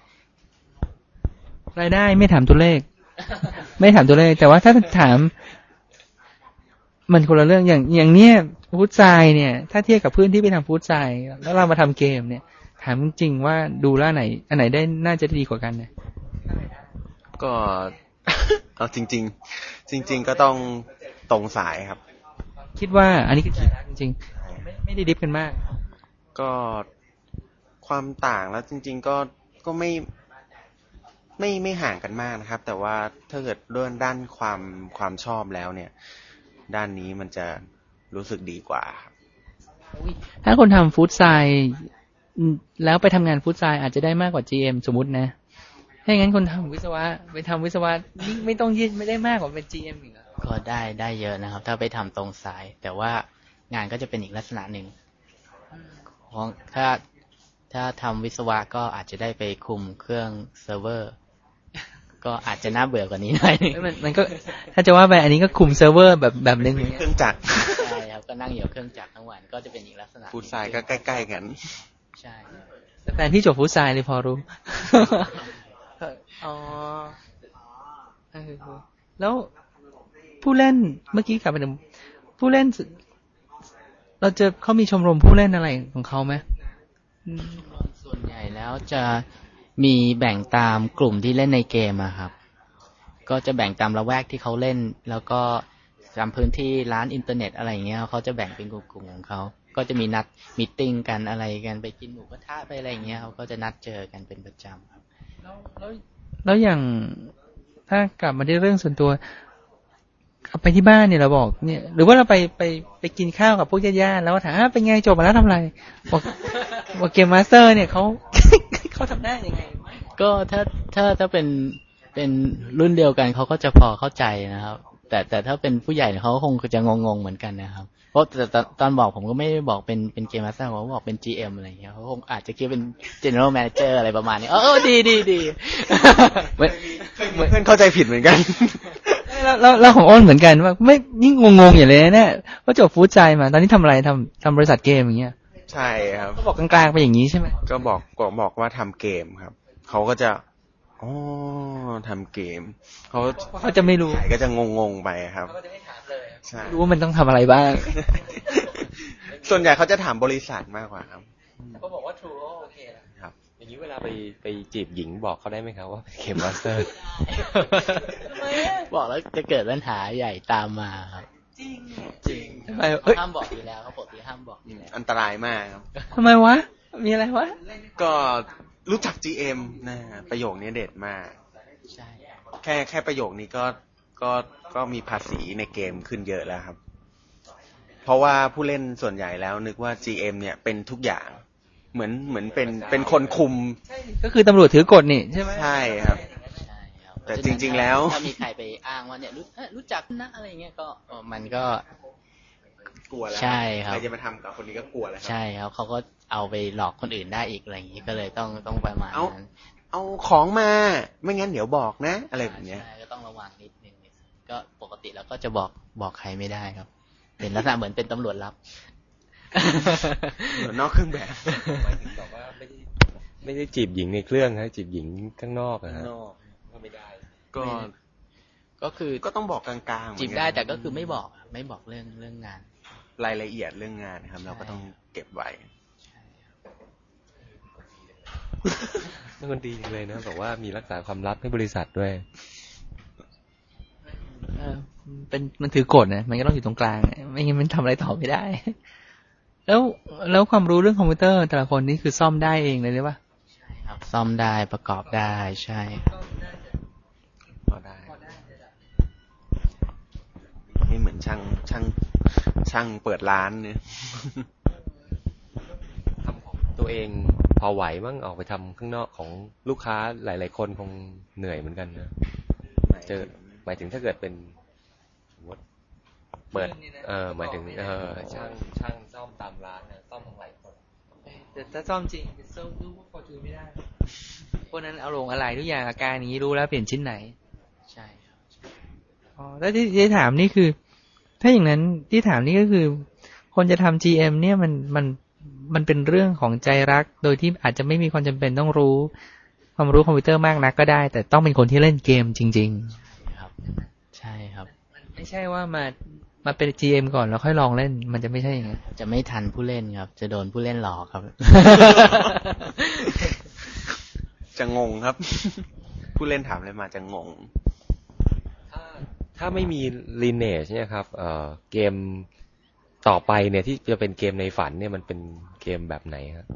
รายได้ไม่ถามตัวเลข ไม่ถามตัวเลขแต่ว่าถ้าถามมันคนละเรื่องอย่างเนี้ยฟู้ดไซน์เนี่ยถ้าเทียบกับเพื่อนที่ไปทำฟู้ดไซน์แล้วเรามาทำเกมเนี่ยถามจริงว่าดูแล้วอันไหนได้น่าจะดีกว่ากันเนี่ยก็เอาจริงก็ต้องตรงสายครับคิดว่าอันนี้คือจริงๆไม่ได้ดิฟกันมากก็ความต่างแล้วจริงๆก็ไม่ห่างกันมากนะครับแต่ว่าถ้าเกิดด้วยด้านความชอบแล้วเนี่ยด้านนี้มันจะรู้สึกดีกว่าครับถ้าคนทำฟู้ดไซน์แล้วไปทำงานฟู้ดไซน์อาจจะได้มากกว่า GM สมมุตินะถ้าอย่างนั้นคนทำวิศวะไปทำวิศวะนี่ไม่ต้องยืดไม่ได้มากกว่าเป็น GM อีกก็ได้เยอะนะครับถ้าไปทำตรงสายแต่ว่างานก็จะเป็นอีกลักษณะหนึ่งของถ้าทำวิศวะก็อาจจะได้ไปคุมเครื่องเซิร์ฟเวอร์ก็อาจจะน่าเบื่อกว่านี้หน่อยมันก็ถ้าจะว่าไปอันนี้ก็คุมเซิร์ฟเวอร์แบบนึงเครื่องจักรใช่ครับก็นั่งอยู่เครื่องจักรทั้งวันก็จะเป็นอีกลักษณะฟู้ดไซน์ก็ใกล้ๆกันใช่แต่แฟนที่จบฟู้ดไซน์เลยพอรู้อ๋อแล้วผู้เล่นเมื่อกี้กลับไปถึงผู้เล่นเราจะเขามีชมรมผู้เล่นอะไรของเขาไหมส่วนใหญ่แล้วจะมีแบ่งตามกลุ่มที่เล่นในเกมอะครับก็จะแบ่งตามละแวกที่เขาเล่นแล้วก็ตามพื้นที่ร้านอินเทอร์เน็ตอะไรอย่างเงี้ยเขาจะแบ่งเป็นกลุ่มๆของเขาก็จะมีนัดมีตติ้งกันอะไรกันไปกินหมูกระทะไปอะไรอย่างเงี้ยเขาก็จะนัดเจอกันเป็นประจำครับแล้วอย่างถ้ากลับมาที่เรื่องส่วนตัวไปที่บ้านเนี่ยเราบอกเนี่ยหรือว่าเราไปกินข้าวกับพวกญาติๆแล้วถามเป็นไงจบมาแล้วทำอะไรบอกเกมมาสเตอร์เนี่ยเขาทำได้ยังไงก็ถ้าเป็นรุ่นเดียวกันเขาก็จะพอเข้าใจนะครับแต่ถ้าเป็นผู้ใหญ่เขาคงจะงงๆเหมือนกันนะครับเพราะแต่ตอนบอกผมก็ไม่ได้บอกเป็นเกมมาสเตอร์ผมบอกเป็น GM อะไรอย่างเงี้ยเขาคงอาจจะคิดเป็น General Manager อะไรประมาณนี้ดีเหมือนเพื่อนเข้าใจผิดเหมือนกันแล้วของอ้นเหมือนกันว่าไม่ยิ่งงงๆอย่างเลยเนี่ยว่าจบฟู้ดใจมาตอนนี้ทำอะไรทำบริษัทเกมอย่างเงี้ยใช่ครับก็บอกกลางๆไปอย่างนี้ใช่ไหมก็บอกว่าทำเกมครับเขาก็จะอ๋อทำเกมเขาจะไม่รู้ก็จะงงไปครับเขาจะไม่ถามเลยใช่รู้ว่ามันต้องทำอะไรบ้างส่วนใหญ่เขาจะถามบริษัทมากกว่าครับเขาบอกว่า True โอเคครับอย่างนี้เวลาไปจีบหญิงบอกเขาได้ไหมครับว่าเกมมาสเตอร์บอกแล้วจะเกิดปัญหาใหญ่ตามมาครับจริงทำไมห้ามบอกอยู่แล้วเขาบอกที่ห้ามบอกอยู่แล้วอันตรายมากครับทำไมวะมีอะไรวะก็รู้จัก GM นะประโยคนี้เด็ดมากใช่แค่ประโยคนี้ก็มีภาษีในเกมขึ้นเยอะแล้วครับเพราะว่าผู้เล่นส่วนใหญ่แล้วนึกว่า GM เนี่ยเป็นทุกอย่างเหมือนเป็นคนคุมก็คือตำรวจถือกฎนี่ใช่ไหมใช่ครับแต่จริงๆแล้วถ้ามีใครไปอ้างว่าเนี่ยรู้จักนะอะไรเงี้ยก็มันก็กลัวแล้วใช่ครับใครจะมาทำกับคนนี้ก็กลัวแล้วใช่ครับเขาก็เอาไปหลอกคนอื่นได้อีกอะไรอย่างนี้ก็เลยต้องประมาณนั้นเอาของมาไม่งั้นเดี๋ยวบอกนะอะไรแบบเนี้ยก็ต้องระวังนิดนึงก็ปกติแล้วก็จะบอกใครไม่ได้ครับเป็นลักษณะเหมือนเป็นตำรวจลับนอกเครื่องแบบหมายถึงบอกว่าไม่ได้จีบหญิงในเครื่องนะจีบหญิงข้างนอกนะฮะก็ไม่ได้ก็คือก็ต้องบอกกลางๆจีบได้แต่ก็คือไม่บอกเรื่องงานรายละเอียดเรื่องงานนะครับเราก็ต้องเก็บไว้เป็นคนดีเลยนะบอกว่ามีรักษาความลับให้บริษัทด้วยมันถือกฎนะมันก็ต้องอยู่ตรงกลางไม่งั้นมันทำอะไรต่อไม่ได้แล้วความรู้เรื่องคอมพิวเตอร์แต่ละคนนี่คือซ่อมได้เองเลยหรือเปล่าใช่ครับซ่อมได้ประกอบได้ใช่พอได้ไม่เหมือนช่างเปิดร้านเนี่ยทำของตัวเองพอไหวบ้างออกไปทำข้างนอกของลูกค้าหลายๆคนคงเหนื่อยเหมือนกันนะหมายถึงถ้าเกิดเป็นเปิดหมายถึงช่างซ่อมตามร้านนะซ่อมทั้งหลายคนแต่ถ้าซ่อมจริงซ่อมดูพอจูไม่ได้พวกนั้นเอาลงอะไรทุกอย่างอาการอย่างนี้รู้แล้วเปลี่ยนชิ้นไหนใช่ครับแล้วที่ถามนี่คือถ้าอย่างนั้นที่ถามนี่ก็คือคนจะทำ GM เนี่ยมันเป็นเรื่องของใจรักโดยที่อาจจะไม่มีความจำเป็นต้องรู้ความรู้คอมพิวเตอร์มากนักก็ได้แต่ต้องเป็นคนที่เล่นเกมจริงๆครับใช่ครับไม่ใช่ว่ามาเป็น GM ก่อนแล้วค่อยลองเล่นมันจะไม่ใช่อย่างนั้นจะไม่ทันผู้เล่นครับจะโดนผู้เล่นหลอกครับจะงงครับผู้เล่นถามอะไรมาจะงงถ้าไม่มี Lineage เนี่ยครับเกมต่อไปเนี่ยที่จะเป็นเกมในฝันเนี่ยมันเป็นเกมแบบไหนครับ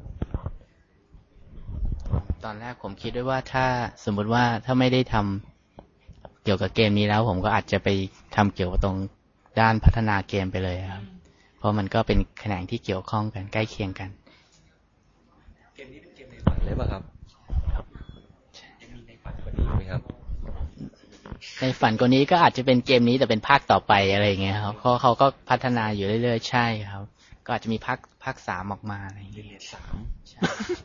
ตอนแรกผมคิดด้วยว่าถ้าสมมุติว่าถ้าไม่ได้ทำเกี่ยวกับเกมนี้แล้วผมก็อาจจะไปทำเกี่ยวกับตรงด้านพัฒนาเกมไปเลยครับเพราะมันก็เป็นแขนงที่เกี่ยวข้องกันใกล้เคียงกันเกมนี้เป็นเกมในฝันเลยป่ะครับยังมีในฝันกว่านี้ไหมครับในฝันกว่านี้ก็อาจจะเป็นเกมนี้แต่เป็นภาคต่อไปอะไรอย่างเงี้ยครับเขาก็พัฒนาอยู่เรื่อยๆใช่ครับก็อาจจะมีภาค3ออกมาอะไรอย่างเงี้ย3ใช่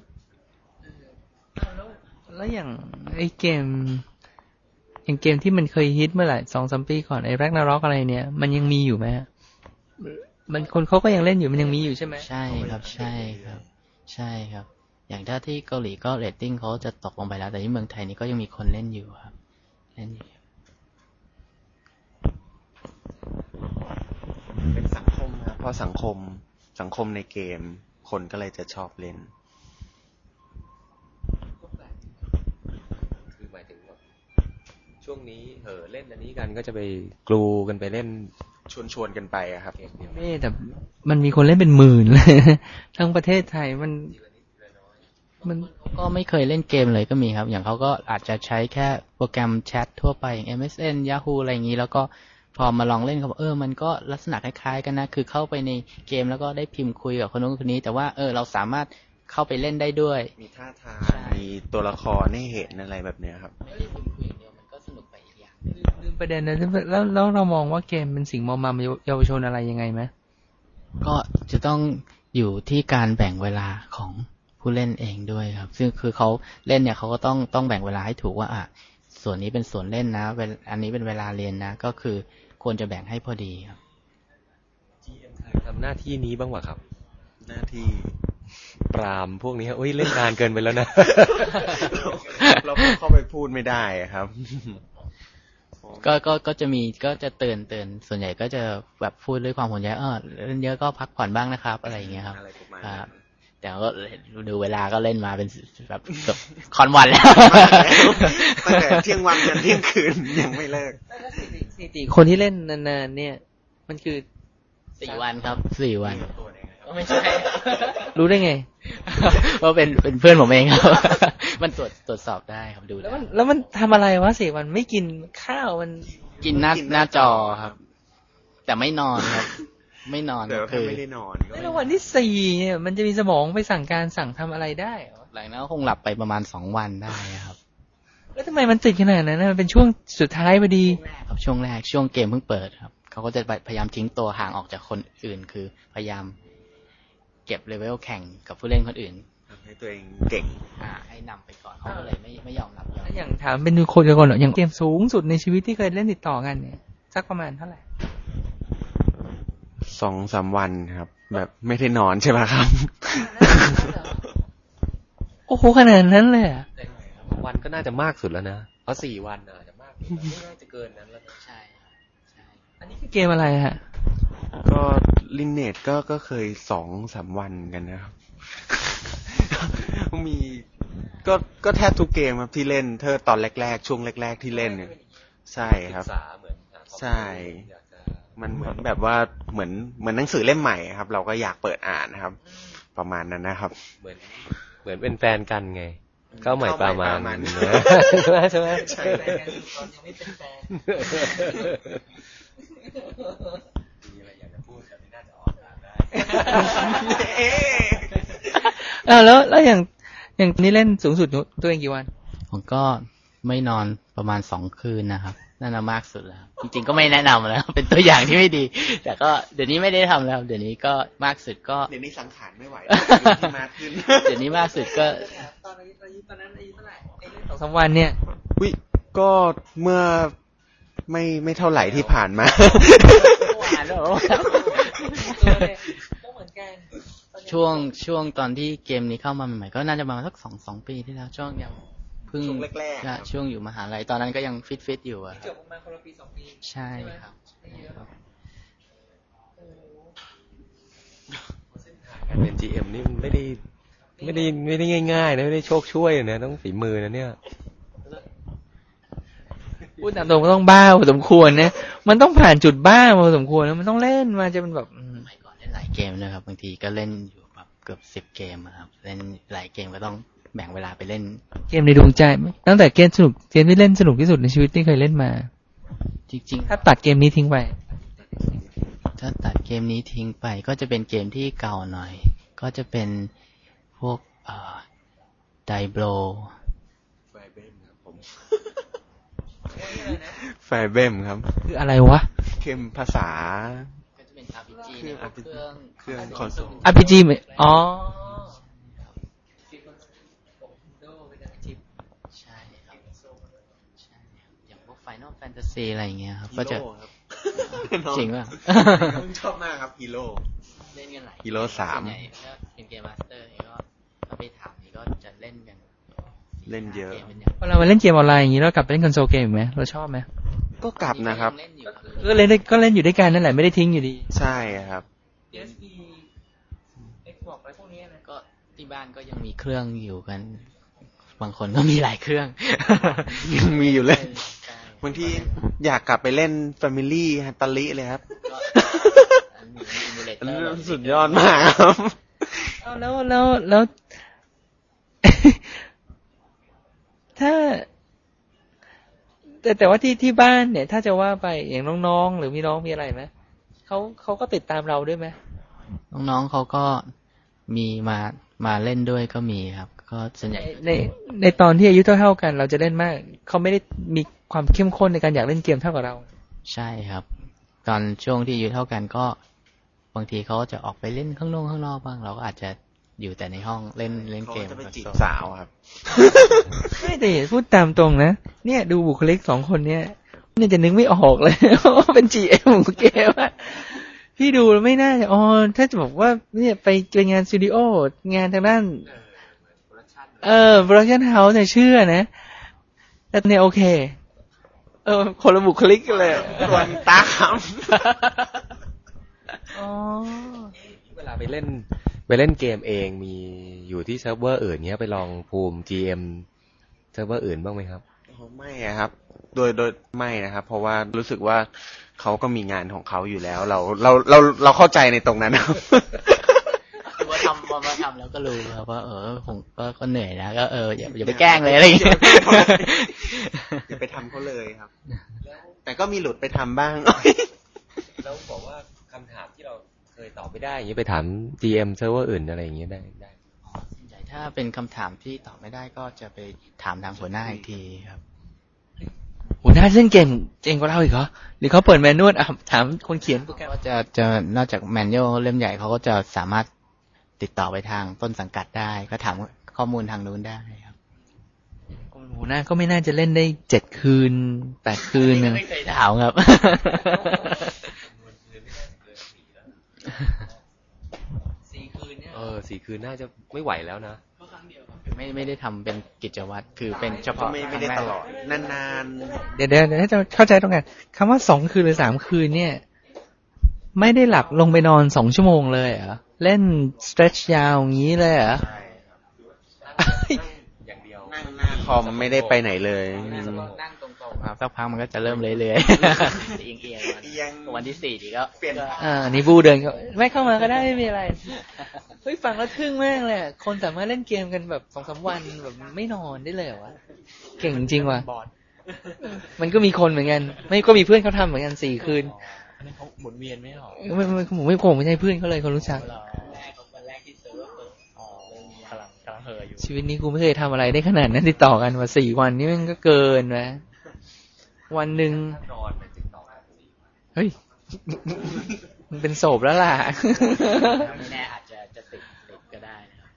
แล้วอย่างไอ้เกมที่มันเคยฮิตเมื่อไหร่ 2-3 ปีก่อนไอ้ Ragnarok อะไรเนี่ยมันยังมีอยู่ไหมมันคนเขาก็ยังเล่นอยู่มันยังมีอยู่ใช่ไหมใช่ครับใช่ครับใช่ครับอย่างถ้าที่เกาหลีก็เรตติ้งเขาจะตกลงไปแล้วแต่ที่เมืองไทยนี่ก็ยังมีคนเล่นอยู่ครับเล่นอยู่เป็นราะสังคมในเกมคนก็เลยจะชอบเล่นคือหมายถึงแบบช่วงนี้เล่นอันนี้กันก็จะไปกลูกันไปเล่นชวนกันไปครับไม่แต่มันมีคนเล่นเป็นหมื่นเลยทั้งประเทศไทยมันก็ไม่เคยเล่นเกมเลยก็มีครับอย่างเขาก็อาจจะใช้แค่โปรแกรมแชททั่วไปอย่าง MSN Yahoo อะไรอย่างนี้แล้วก็พอมาลองเล่นเขาบอกมันก็ลักษณะคล้ายๆกันนะคือเข้าไปในเกมแล้วก็ได้พิมพ์คุยกับคนนู้นคนนี้แต่ว่าเราสามารถเข้าไปเล่นได้ด้วยมีท่าทางมีตัวละครให้เห็นอะไรแบบเนี้ยครับไม่ได้พิมพ์คุยอย่างเดียวมันก็สนุกไปอีกอย่างลืมประเด็นนะแล้วเรามองว่าเกมเป็นสิ่งมอมเยาวชนอะไรยังไงไหมก็จะต้องอยู่ที่การแบ่งเวลาของผู้เล่นเองด้วยครับซึ่งคือเขาเล่นเนี่ยเขาก็ต้องแบ่งเวลาให้ถูกว่าส่วนนี้เป็นส่วนเล่นนะอันนี้เป็นเวลาเรียนนะก็คือควรจะแบ่งให้พอดีครับ GM ทำหน้าที่นี้บ้างวะครับหน้าที่ปรามพวกนี้เล่นนานเกินไปแล้วนะเราเข้าไปพูดไม่ได้ครับก็จะมีก็จะเตือนส่วนใหญ่ก็จะแบบพูดด้วยความห่วงใยเล่นเยอะก็พักผ่อนบ้างนะครับอะไรอย่างเงี้ยครับแต่ก็ดูเวลาก็เล่นมาเป็นแบบคอนวันแล้วตั้งแต่เที่ยงวันจนเที่ยงคืนยังไม่เลิกสถิติคนที่เล่นนานๆเนี่ยมันคือ 4 วันครับ4 วันไม่ใช่รู้ได้ไงเพราะเป็นเพื่อนผมเองครับมันตรวจสอบได้ครับดูแล้วมันทำอะไรวะ4 วันไม่กินข้าวมันกินหน้าจอครับแต่ไม่นอนครับไม่นอนคือไม่ได้นอนแล้ววันที่4เนี่ยมันจะมีสมองไปสั่งทำอะไรได้หลังนั้นก็คงหลับไปประมาณ2 วันได้ครับแล้วทำไมมันติดขนาดนั้นมันเป็นช่วงสุดท้ายพอดีครับช่วงแรกช่วงเกมเพิ่งเปิดครับเขาก็จะพยายามทิ้งตัวห่างออกจากคนอื่นคือพยายามเก็บเลเวลแข่งกับผู้เล่นคนอื่นทำให้ตัวเองเก่งให้นำไปก่อนเขาก็เลยไม่ยอมรับอย่างถามเป็นคนก่อนอย่างเกมสูงสุดในชีวิตที่เคยเล่นติดต่อกันเนี่ยสักประมาณเท่าไหร่ 2-3 วันครับแบบไม่ได้นอนใช่ไหมครับโอ้โหขนาดนั้นเลยอ่ะวันก็น่าจะมากสุดแล้วนะเพราะ4 วันจะมากไม่น่าจะเกินนั้นแล้วใช่อันนี้คือเกมอะไรฮะก็ลินเนตก็เคย2-3 วันกันนะครับมีก็แทบทุกเกมครับที่เล่นตอนแรกๆช่วงแรกๆที่เล่นเนี่ยใช่ครับใช่มันเหมือนแบบว่าเหมือนหนังสือเล่มใหม่ครับเราก็อยากเปิดอ่านนะครับประมาณนั้นนะครับเหมือนเป็นแฟนกันไงก็หมายประมาณนั้นใช่ไหมใช่ตอนยังไม่เป็นแฟนมีอะไรอยากจะพูดแต่ไม่น่าจะออกได้แล้วอย่างนี้เล่นสูงสุดตัวเองกี่วันผมก็ไม่นอนประมาณ2 คืนนะครับนั่นมากสุดแล้วจริงๆก็ไม่แนะนำแล้วเป็นตัวอย่างที่ไม่ดีแต่ก็เดี๋ยวนี้ไม่ได้ทำแล้วเดี๋ยวนี้ก็มากสุดก็เดี๋ยวนี้สังขารไม่ไหวที่มากขึ้นเดี๋ยวนี้มากสุดก็ตอนนั้นอายุเท่าไหร่2-3 วันเนี่ยก็เมื่อไม่เท่าไหร่ที่ผ่านมาก็เหมือนกันช่วงตอนที่เกมนี้เข้ามาใหม่ๆก็น่าจะประมาณสัก2 ปีที่แล้วช่วงยังช่วงแรกๆช่วงอยู่มหาลัยตอนนั้นก็ยังฟิตอยู่จบประมาณคนละปี2 ปีใช่ครับการเป็น GM นี่ไม่ได้ง่ายๆนะไม่ได้โชคช่วยนะต้องฝีมือนะเนี่ยพูดตามตรงก็ต้องบ้าพอสมควรนะมันต้องผ่านจุดบ้าพอสมควรนะมันต้องเล่นมาจะเป็นแบบสมัยก่อนเล่นหลายเกมนะครับบางทีก็เล่นอยู่แบบเกือบ10 เกมครับเล่นหลายเกมก็ต้องแบ่งเวลาไปเล่นเกมในดวงใจตั้งแต่เกมที่เล่นสนุกที่สุดในชีวิตที่เคยเล่นมาจริงๆถ้าตัดเกมนี้ทิ้งไปก็จะเป็นเกมที่เก่าหน่อยก็จะเป็นพวกไดโบรไฟเบมครับคืออะไรวะเกมภาษาก็จะเป็น RPG เครื่องคอนโซล RPG อ๋อ Final Fantasy อะไรอย่างเงี้ยครับก็จะจริงป่ะชอบมากครับฮีโร่เล่นกันหลายฮีโร่3 เป็นเกมมาสเตอร์นี่ก็ไปถามนี่ก็จะเล่นกันเล่นเยอะพอเรามาเล่นเกมออนไลน์อย่างนี้เรากลับไปเล่นคอนโซลเกมไหมเราชอบไหมก็กลับนะครับก็เล่นอยู่ด้วยกันนั่นแหละไม่ได้ทิ้งอยู่ดีใช่ครับด PSP Xbox อะไรพวกนี้นะก็ที่บ้านก็ยังมีเครื่องอยู่กันบางคนก็มีหลายเครื่องยังมีอยู่เลยบางทีอยากกลับไปเล่น Family ฮัตตาลิเลยครับสุดยอดมากครับแล้วถ้าแต่ว่าที่บ้านเนี่ยถ้าจะว่าไปอย่างน้องๆหรือมีน้องมีอะไรไหมเขาก็ติดตามเราด้วยไหมน้องๆเขาก็มีมาเล่นด้วยก็มีครับก็ส่วนใหญ่ในตอนที่อายุเท่ากันเราจะเล่นมากเขาไม่ได้มีความเข้มข้นในการอยากเล่นเกมเท่ากับเราใช่ครับตอนช่วงที่อายุเท่ากันก็บางทีเขาจะออกไปเล่นข้างนอกบ้างเราก็อาจจะอยู่แต่ในห้องเล่นเกมเขาจะไปจีบสาวครับไม่แต่พูดตามตรงนะเนี่ยดูบุคลิกสองคนเนี่ยจะนึกไม่ออกเลยว่าเป็น GM ของเกมอะพี่ดูไม่น่าจะถ้าจะบอกว่าเนี่ยไปงานสตูดิโองานทางด้านโปรดักชั่นเฮาส์เนี่ยเชื่อนะแต่เนี่ยโอเคคนละบุคลิกกันเลยส่วนตาขำเวลาไปเล่นเกมเองมีอยู่ที่เซิร์ฟเวอร์อื่นเนี้ยไปลองภูมิ GM เซิร์ฟเวอร์อื่นบ้างไหมครับไม่ครับโดยไม่นะครับเพราะว่ารู้สึกว่าเขาก็มีงานของเขาอยู่แล้วเราเข้าใจในตรงนั้นครับคือว่าทำแล้วก็รู้ครับว่าผมก็เหนื่อยนะก็อย่าไปแกล้งเลยอะไรอย่างเงี้ยอย่าไปทำเขาเลยครับแต่ก็มีหลุดไปทำบ้างแล้วบอกว่าคำถามที่เราเคยตอบไม่ได้อย่างนี้ไปถาม GM เซิร์ฟเวอร์อื่นอะไรอย่างเงี้ยได้ใหญ่ถ้าเป็นคำถามที่ตอบไม่ได้ก็จะไปถามทางหัวหน้าอีกทีครับหัวหน้าเล่นเกมเองก็เล่าอีกเหรอหรือเขาเปิดแมนนวลถามคนเขียนโปรแกรมก็จะนอกจากแมนนวลเล่มใหญ่เขาก็จะสามารถติดต่อไปทางต้นสังกัดได้ก็ถามข้อมูลทางนู้นได้ครับหัวหน้าก็ไม่น่าจะเล่นได้7 คืน 8 คืนนะไม่เคยถามครับ 4 คืนเนี่ย4 คืนน่าจะไม่ไหวแล้วนะครั้งเดียวไม่ได้ทำเป็นกิจวัตรคือเป็นเฉพาะไม่ได้ตลอดนานๆเดี๋ยวให้จะเข้าใจตรงกันคำว่า2 คืนหรือ3 คืนเนี่ยไม่ได้หลับลงไปนอน2 ชั่วโมงเลยเหรอเล่น stretch ยาวอย่างนี้เลยเหรออย่างเดียวนั่งหน้าคอมไม่ได้ไปไหนเลยนั่งตรงๆครับสักพักมันก็จะเริ่มเรื่อยๆเอียงวันที่4ดีก็เปลี่ยนนี่บูเดินไม่เข้ามาก็ได้ไม่มีอะไรเฮ้ยฟังแล้วทึ่งมากเลยคนสามารถเล่นเกมกันแบบ 2-3 วันแบบไม่นอนได้เลยเหรอวะเก่งจริงว่ะมันก็มีคนเหมือนกันไม่ก็มีเพื่อนเขาทำเหมือนกัน4 คืนเขาหมุนเวียนไม่หรอไม่ผมไม่ใช่เพื่อนเขาเลยเขารู้จักวันแรกที่เซิร์ฟกำลังเฮออยู่ชีวิตนี้กูไม่เคยทำอะไรได้ขนาดนั้นติดต่อกันมา4 วันนี่มันก็เกินนะวันหนึ่งนอนไปติดต่อกันเฮ้ยมันเป็นโศกแล้วล่ะไม่แน่อาจจะติดก็ได้นะครับ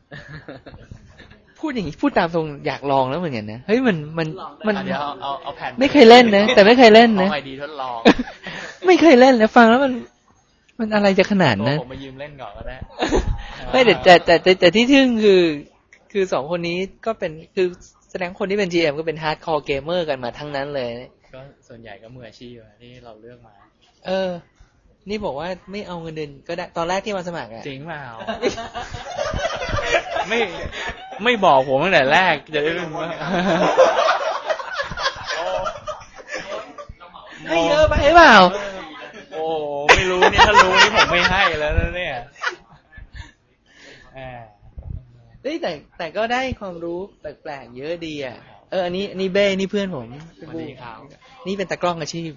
พูดอย่างนี้พูดตามตรงอยากลองแล้วเหมือนกันนะเฮ้ยมันเดี๋ยวเอาแผ่นไม่เคยเล่นนะแต่ไม่เคยเล่นนะเอาไอดีทดลองไม่เคยเล่นแล้วฟังแล้วมันอะไรจะขนาดนั้นผมมายืมเล่นก่อนก็ได้ไม่แต่ที่ทึ่งคือ2 คนนี้ก็เป็นคือแสดงคนที่เป็น GM ก็เป็นฮาร์ดคอร์เกมเมอร์กันมาทั้งนั้นเลยก็ส่วนใหญ่ก็มืออาชีพที่เราเลือกมานี่บอกว่าไม่เอาเงินเดือนก็ได้ตอนแรกที่มาสมัครจริงเปล่าไม่บอกผมตั้งแต่แรกจะได้รู้ว่าให้เยอะไปเปล่าโอ้ไม่รู้นี่ถ้ารู้นี่ผมไม่ให้แล้วนะเนี่ยแต่ก็ได้ความรู้แปลกๆเยอะดีอ่ะอันนี้เบ้นี่เพื่อนผมนี่เป็นตากล้องอาชีพ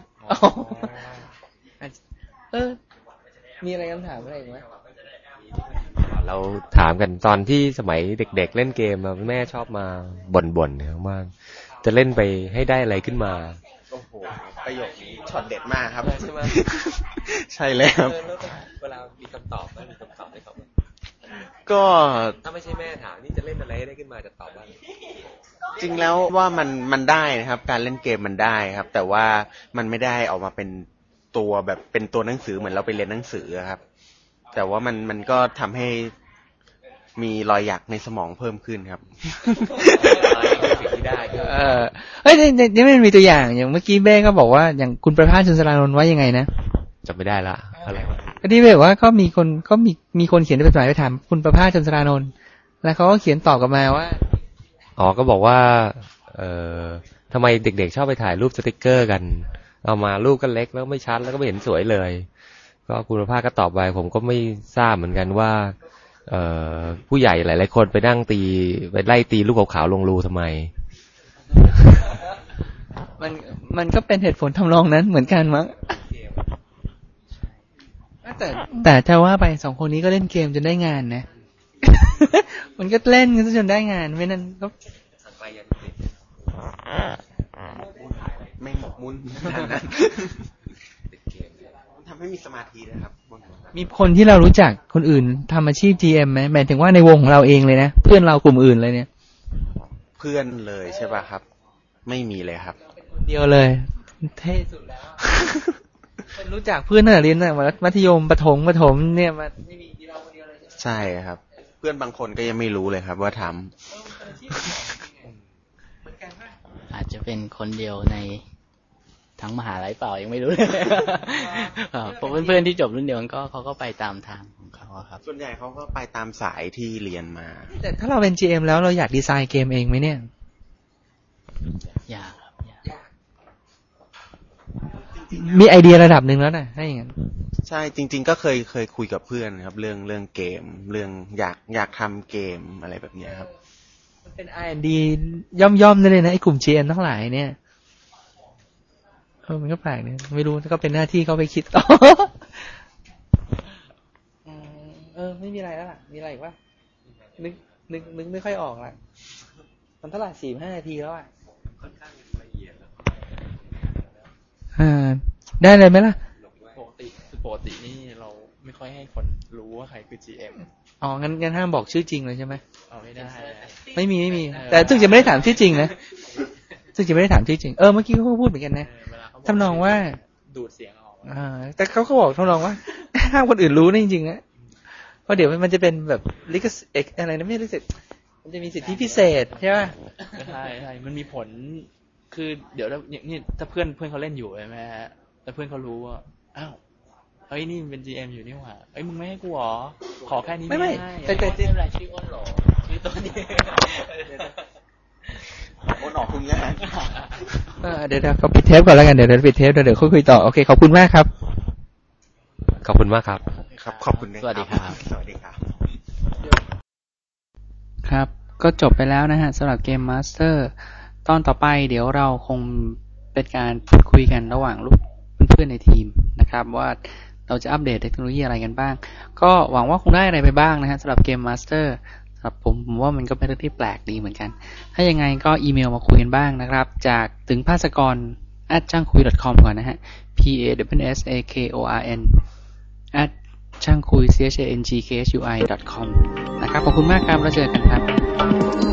มีอะไรคำถามอะไรอีกไหมเราถามกันตอนที่สมัยเด็กๆเล่นเกมแม่ชอบมาบ่นๆเนี่ยว่าจะเล่นไปให้ได้อะไรขึ้นมาโอ้โหประโยคนี้ช็อตเด็ดมากครับใช่ไหมใช่เลยครับเวลามีคำตอบไหมมีคำตอบไหมครับก็ถ้าไม่ใช่แม่ถามนี่จะเล่นอะไรให้ได้ขึ้นมาจะตอบว่าจริงแล้วว่ามันได้นะครับการเล่นเกมมันได้ครับแต่ว่ามันไม่ได้ออกมาเป็นตัวแบบเป็นตัวหนังสือเหมือนเราไปเรียนหนังสือครับแต่ว่ามันก็ทำให้มีรอยหยักในสมองเพิ่มขึ้นครับสิ่งที่ได้เฮ้ยนี่มันมีตัวอย่างอย่างเมื่อกี้เบ้ก็บอกว่าอย่างคุณประภาส ชุนสรานนท์ว่ายังไงนะจำไม่ได้ละอะไรก็ที่แบบว่าก็มีคนเขียนจดหมายไปถามคุณประภาส จันทรานนท์แล้วเขาก็เขียนตอบกลับมาว่าก็บอกว่าทำไมเด็กๆชอบไปถ่ายรูปสติกเกอร์กันเอามารูปก็เล็กแล้วไม่ชัดแล้วก็ไม่เห็นสวยเลยก็คุณประภาสก็ตอบไปผมก็ไม่ทราบเหมือนกันว่าผู้ใหญ่หลายๆคนไปนั่งไปไล่ตีลูกขาวๆลงรูทำไมมันก็เป็นเหตุผลทำนองนั้นเหมือนกันมั้งแต่ถ้าว่าไปสองคนนี้ก็เล่นเกมจนได้งานนะ มันก็เล่นกันจนได้งานไม่นั้นก็ไม่หมกมุ่นทำให้มีสมาธินะครับมีคนที่เรารู้จักคนอื่นทำอาชีพ GM ไหมหมายถึงว่าในวงของเราเองเลยนะเพื่อนเรากลุ่มอื่นเลยเนี่ยเพื่อนเลยใช่ป่ะครับไม่มีเลยครับเดียวเลยเท่สุดแล้วคนรู้จักเพื่อนตั้งแต่เรียนมัธยมประถมเนี่ยมาไม่มีเราคนเดียวเลยใช่ครับเพื่อนบางคนก็ยังไม่รู้เลยครับว่าทำอาจจะเป็นคนเดียวในทั้งมหาลัยเปล่ายังไม่รู้เลยเพราะเพื่อนๆที่จบรุ่นเดียวกันก็เขาก็ไปตามทางของเขาครับส่วนใหญ่เขาก็ไปตามสายที่เรียนมาแต่ถ้าเราเป็น GM แล้วเราอยากดีไซน์เกมเองไหมเนี่ยอยากครับอยากมีไอเดียระดับหนึ่งแล้วนะให้อย่างนั้นใช่จริงๆก็เคยคุยกับเพื่อนครับเรื่องเกมเรื่องอยากทำเกมอะไรแบบนี้ครับมันเป็น R&D ย่อมๆเลยนะไอ้กลุ่ม GM ทั้งหลายเนี่ยมันก็แปลกเนี่ยไม่รู้ก็เป็นหน้าที่เขาไปคิดต่อไม่มีอะไรแล้วล่ะมีอะไรอีกวะนึกไม่ค่อยออกละมันเท่าไหร่ 4-5 นาทีแล้วค่อนข้างละเอียดแล้วได้เลยไหมล่ะปกตินี่เราไม่ค่อยให้คนรู้ว่าใครคือ GM งั้นห้ามบอกชื่อจริงเลยใช่ไหมไม่ได้ไม่มีแต่ซึ่งจะไม่ได้ถามชื่อจริงนะซึ่งจะไม่ได้ถามชื่อจริงเมื่อกี้เขาพูดเหมือนกันนะทำนองว่าดูดเสียงออกแต่เขาบอกทำนองว่าห้ามคนอื่นรู้นะจริงๆนะเพราะเดี๋ยวมันจะเป็นแบบลิขสิทธิ์อะไรนะไม่ลิขสิทธิ์มันจะมีสิทธิพิเศษใช่ไหมใช่มันมีผลคือเดี๋ยวนี่ถ้าเพื่อนเขาเล่นอยู่ใช่ไหมฮะแล้วเพื่อนเขารู้ว่าอ้าวเฮ้ยนี่มันเป็น GM อยู่นี่หว่ามึงไม่ให้กูหรอขอแค่นี้ไม่แต่ชื่ออะไรชื่ออ้นหรอชื่อตัวนี้อ้นออกคุณยังไงเดี๋ยวเขาปิดเทปก่อนแล้วกันเดี๋ยวปิดเทปเดี๋ยวคุยต่อโอเคขอบคุณมากครับขอบคุณมากครับขอบคุณสวัสดีครับสวัสดีครับครับก็จบไปแล้วนะฮะสำหรับเกมมาสเตอร์ตอนต่อไปเดี๋ยวเราคงเป็นการพูดคุยกันระหว่างเพื่อนๆในทีมนะครับว่าเราจะอัปเดตเทคโนโลยีอะไรกันบ้างก็หวังว่าคงได้อะไรไปบ้างนะฮะสำหรับเกมมาสเตอร์สำหรับผมว่ามันก็เป็นเรื่องที่แปลกดีเหมือนกันถ้ายังไงก็อีเมลมาคุยกันบ้างนะครับจากถึงภาสกร@changkuy.com ก่อนนะฮะ PASSAKORN @changkuy.com นะครับขอบคุณมากครับแล้วเจอกันครับ